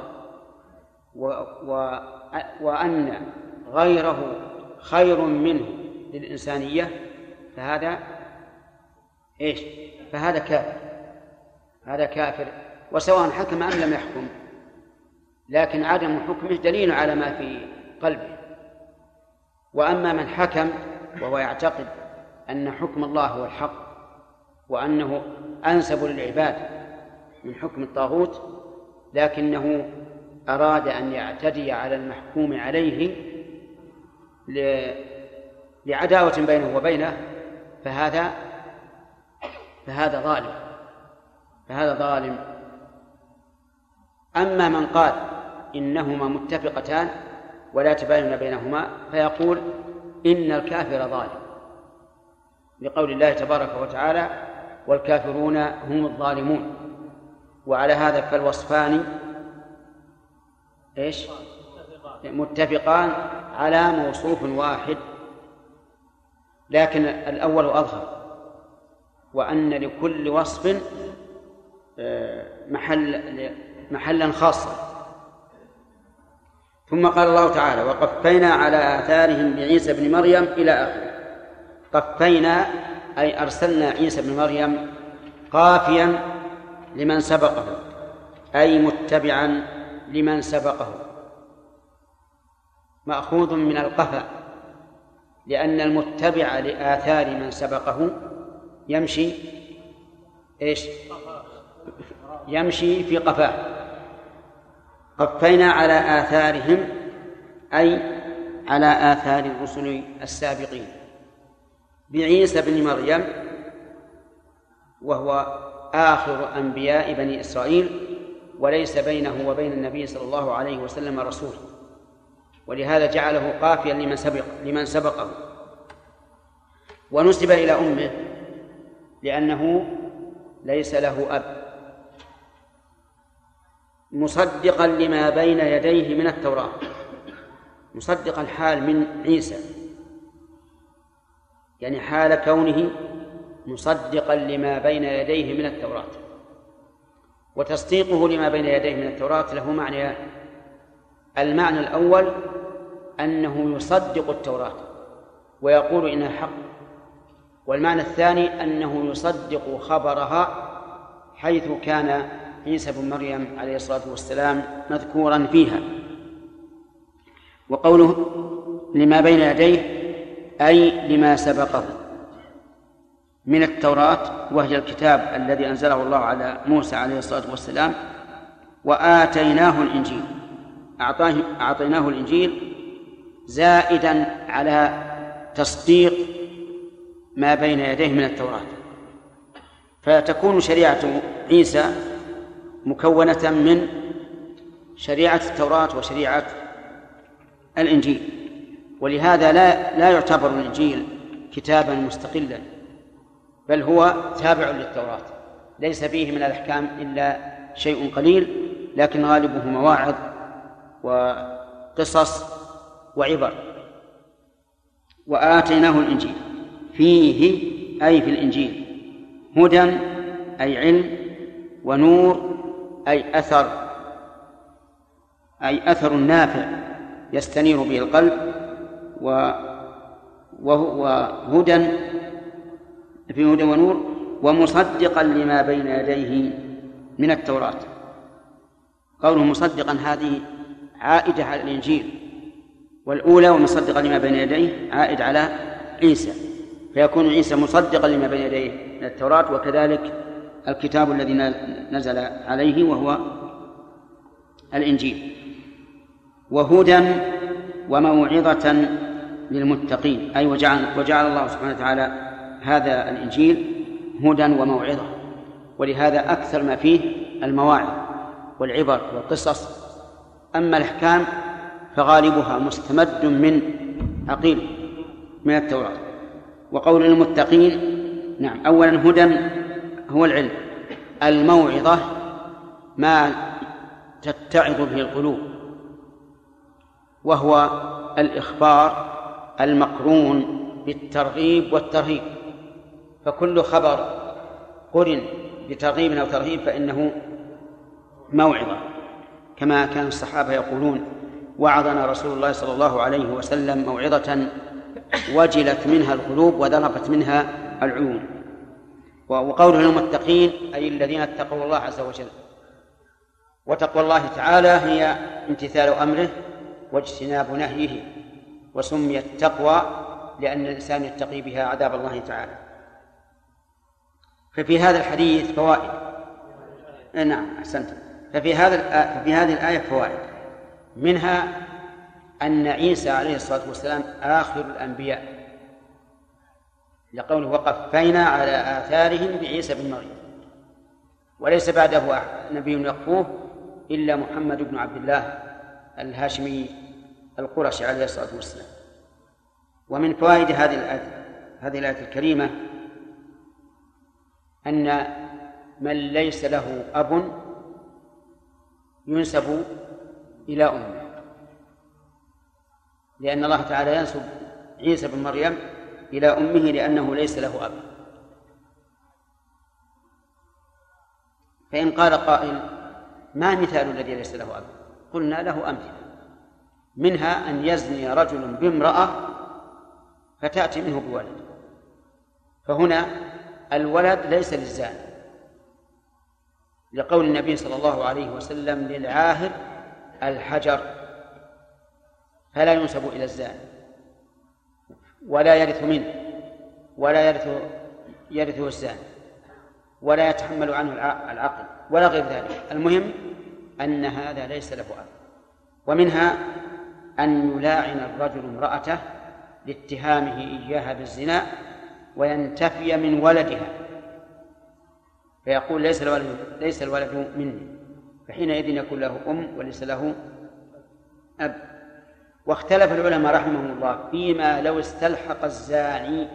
وأن غيره خير منه للإنسانية فهذا إيش؟ فهذا كافر، هذا كافر وسواء حكم أم لم يحكم، لكن عدم حكمه دليل على ما في قلبه. وأما من حكم وهو يعتقد أن حكم الله هو الحق وأنه أنسب للعباد من حكم الطاغوت، لكنه أراد أن يعتدي على المحكوم عليه لعداوة بينه وبينه، فهذا ظالم. أما من قال إنهما متفقتان ولا تباين بينهما فيقول إن الكافر ظالم، لقول الله تبارك وتعالى والكافرون هم الظالمون. وعلى هذا فالوصفان إيش؟ متفقان على موصوف واحد، لكن الأول أظهر، وأن لكل وصف محلا خاصا. ثم قال الله تعالى وقفينا على آثارهم بعيسى بن مريم إلى آخره. قفينا أي أرسلنا عيسى بن مريم قافيا لمن سبقه، أي متبعا لمن سبقه، مأخوذ من القفا، لأن المتبع لآثار من سبقه يمشي إيش؟ يمشي في قفاه. قفينا على آثارهم أي على آثار الرسل السابقين بعيسى بن مريم، وهو آخر أنبياء بني إسرائيل، وليس بينه وبين النبي صلى الله عليه وسلم رسول، ولهذا جعله قافيا لمن سبقه. ونسب إلى أمه لأنه ليس له أب، مصدقا لما بين يديه من التوراة، مصدق الحال من عيسى، يعني حال كونه مصدقا لما بين يديه من التوراة. وتصديقه لما بين يديه من التوراة له معنيان: المعنى الأول أنه يصدق التوراة ويقول إنها حق، والمعنى الثاني أنه يصدق خبرها، حيث كان عيسى بن مريم عليه الصلاة والسلام مذكورا فيها. وقوله لما بين يديه أي لما سبقه من التوراة، وهي الكتاب الذي أنزله الله على موسى عليه الصلاة والسلام. وآتيناه الإنجيل، أعطيناه الإنجيل زائدا على تصديق ما بين يديه من التوراة، فتكون شريعة عيسى مكونة من شريعة التوراة وشريعة الإنجيل. ولهذا لا يعتبر الإنجيل كتابا مستقلا، بل هو تابع للتوراة، ليس فيه من الأحكام إلا شيء قليل، لكن غالبه مواعظ وقصص وعبر. وآتيناه الإنجيل فيه أي في الإنجيل هدى أي علم، ونور أي أثر نافع يستنير به القلب، وهدى في هدى ونور، ومصدقا لما بين يديه من التوراة. قوله مصدقا هذه عائدة على الإنجيل، والأولى ومصدقا لما بين يديه عائد على عيسى، فيكون عيسى مصدقا لما بين يديه من التوراة، وكذلك الكتاب الذي نزل عليه وهو الإنجيل. وهدى وموعظة للمتقين، أي وجعل الله سبحانه وتعالى هذا الإنجيل هدى وموعظة، ولهذا أكثر ما فيه المواعظ والعبر والقصص. أما الأحكام فغالبها مستمد من عقيل من التوراة. وقول المتقين، نعم، أولا هدى هو العلم، الموعظة ما تتعظ به القلوب، وهو الإخبار المقرون بالترغيب والترهيب، فكل خبر قرن بترغيب أو ترهيب فإنه موعظة، كما كان الصحابة يقولون: وعظنا رسول الله صلى الله عليه وسلم موعظة وجلت منها القلوب وذرفت منها العيون. وقوله المتقين أي الذين اتقوا الله عز وجل، وتقوى الله تعالى هي امتثال أمره واجتناب نهيه، وسميت تقوى لأن الإنسان يتقي بها عذاب الله تعالى. ففي هذا الحديث فوائد. نعم، أحسنت. ففي هذه الآية فوائد، منها أن عيسى عليه الصلاة والسلام آخر الأنبياء، لقوله وقفينا على آثارهم بعيسى بن مريم، وليس بعده نبي يقفوه إلا محمد بن عبد الله الهاشمي القرشي عليه الصلاة والسلام. ومن فوائد هذه الآية الكريمة أن من ليس له أب ينسب إلى أمه، لأن الله تعالى ينسب عيسى بن مريم إلى أمه لأنه ليس له أب. فإن قال قائل: ما مثال الذي ليس له أب؟ قلنا له أمثلة، منها أن يزني رجل بامرأة فتأتي منه بولد، فهنا الولد ليس للزاني، لقول النبي صلى الله عليه وسلم: للعاهر الحجر، فلا ينسب إلى الزاني ولا يرث منه ولا يرثه الزاني ولا يتحمل عنه العقل ولا غير ذلك. المهم أن هذا ليس له أب. ومنها أن يلاعن الرجل امرأته لاتهامه إياها بالزنا وينتفي من ولدها، فيقول: ليس الولد مني، فحينئذ يكون له أم وليس له أب. واختلف العلماء رحمهم الله فيما لو استلحق الزاني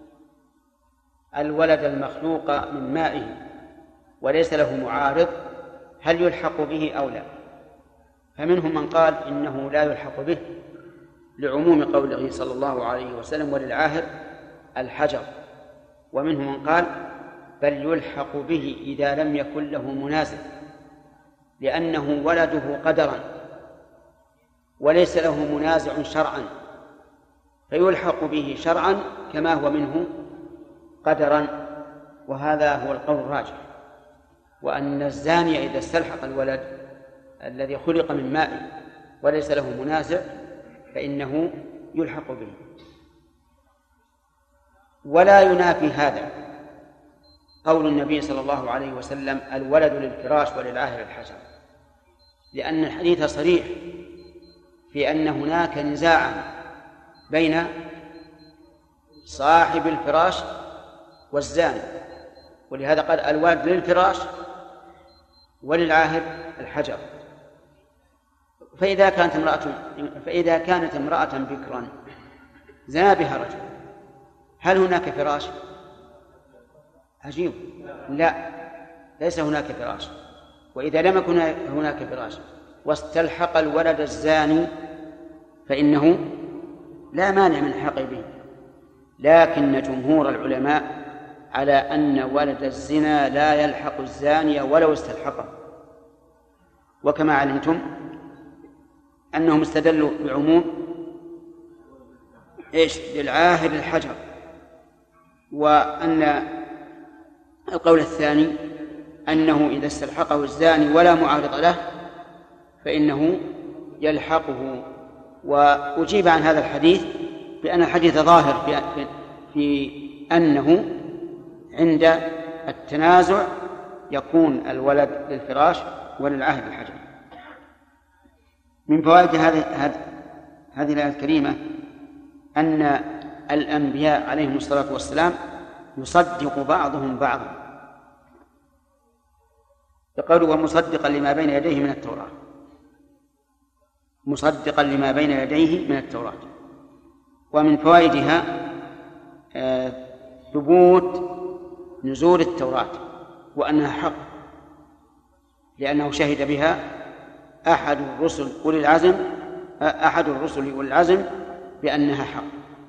الولد المخلوق من مائه وليس له معارض هل يلحق به أو لا. فمنهم من قال إنه لا يلحق به لعموم قوله صلى الله عليه وسلم: وللعاهر الحجر. ومنهم من قال: بل يلحق به إذا لم يكن له منازل، لأنه ولده قدرا وليس له منازع شرعا، فيلحق به شرعا كما هو منه قدرا. وهذا هو القول الراجح، وأن الزاني إذا استلحق الولد الذي خلق من ماء وليس له منازع فإنه يلحق به. ولا ينافي هذا قول النبي صلى الله عليه وسلم: الولد للفراش وللعاهر الحجر، لأن الحديث صريح في أن هناك نزاعا بين صاحب الفراش والزاني، ولهذا قال: الولد للفراش وللعاهر الحجر. فإذا كانت امرأة بكرا زنى بها رجل، هل هناك فراش؟ عجيب، لا، ليس هناك فراش. وإذا لم يكن هناك فراش واستلحق الولد الزاني فإنه لا مانع من الحق به، لكن جمهور العلماء على أن ولد الزنا لا يلحق الزاني ولو استلحقه. وكما علمتم أنهم استدلوا بعموم للعاهر الحجر، وأن القول الثاني أنه إذا استلحقه الزاني ولا معارض له فإنه يلحقه. وأجيب عن هذا الحديث بأن الحديث ظاهر في أنه عند التنازع يكون الولد للفراش وللعاهر الحجر. من فوائد هذه الآية الكريمة أن الأنبياء عليهم الصلاة والسلام يصدق بعضهم بعضا، يقول: ومصدقا لما بين يديه من التوراة، مصدقا لما بين يديه من التوراة. ومن فوائدها ثبوت نزول التوراة وأنها حق، لأنه شهد بها أحد الرسل أولي العزم بأنها حق.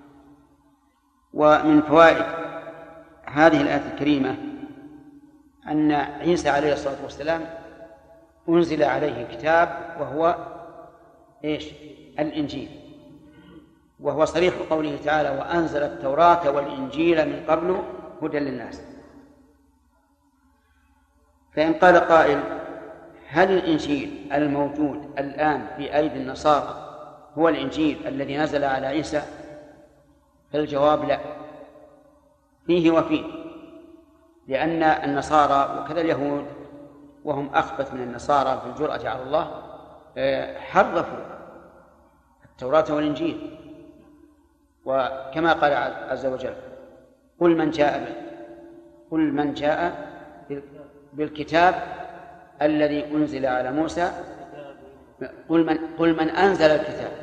ومن فوائد هذه الآية الكريمة أن عيسى عليه الصلاة والسلام أنزل عليه كتاب وهو الإنجيل، وهو صريح قوله تعالى: وأنزل التوراة والإنجيل من قبل هدى للناس. فإن قال قائل: هل الإنجيل الموجود الآن في أيدي النصارى هو الإنجيل الذي نزل على عيسى؟ فالجواب لا، فيه وفيه، لأن النصارى وكذا اليهود وهم أخبث من النصارى في الجرأة على الله حرفوا التوراة والإنجيل. وكما قال عز وجل: قل من جاء بالكتاب الذي أنزل على موسى قل من أنزل الكتاب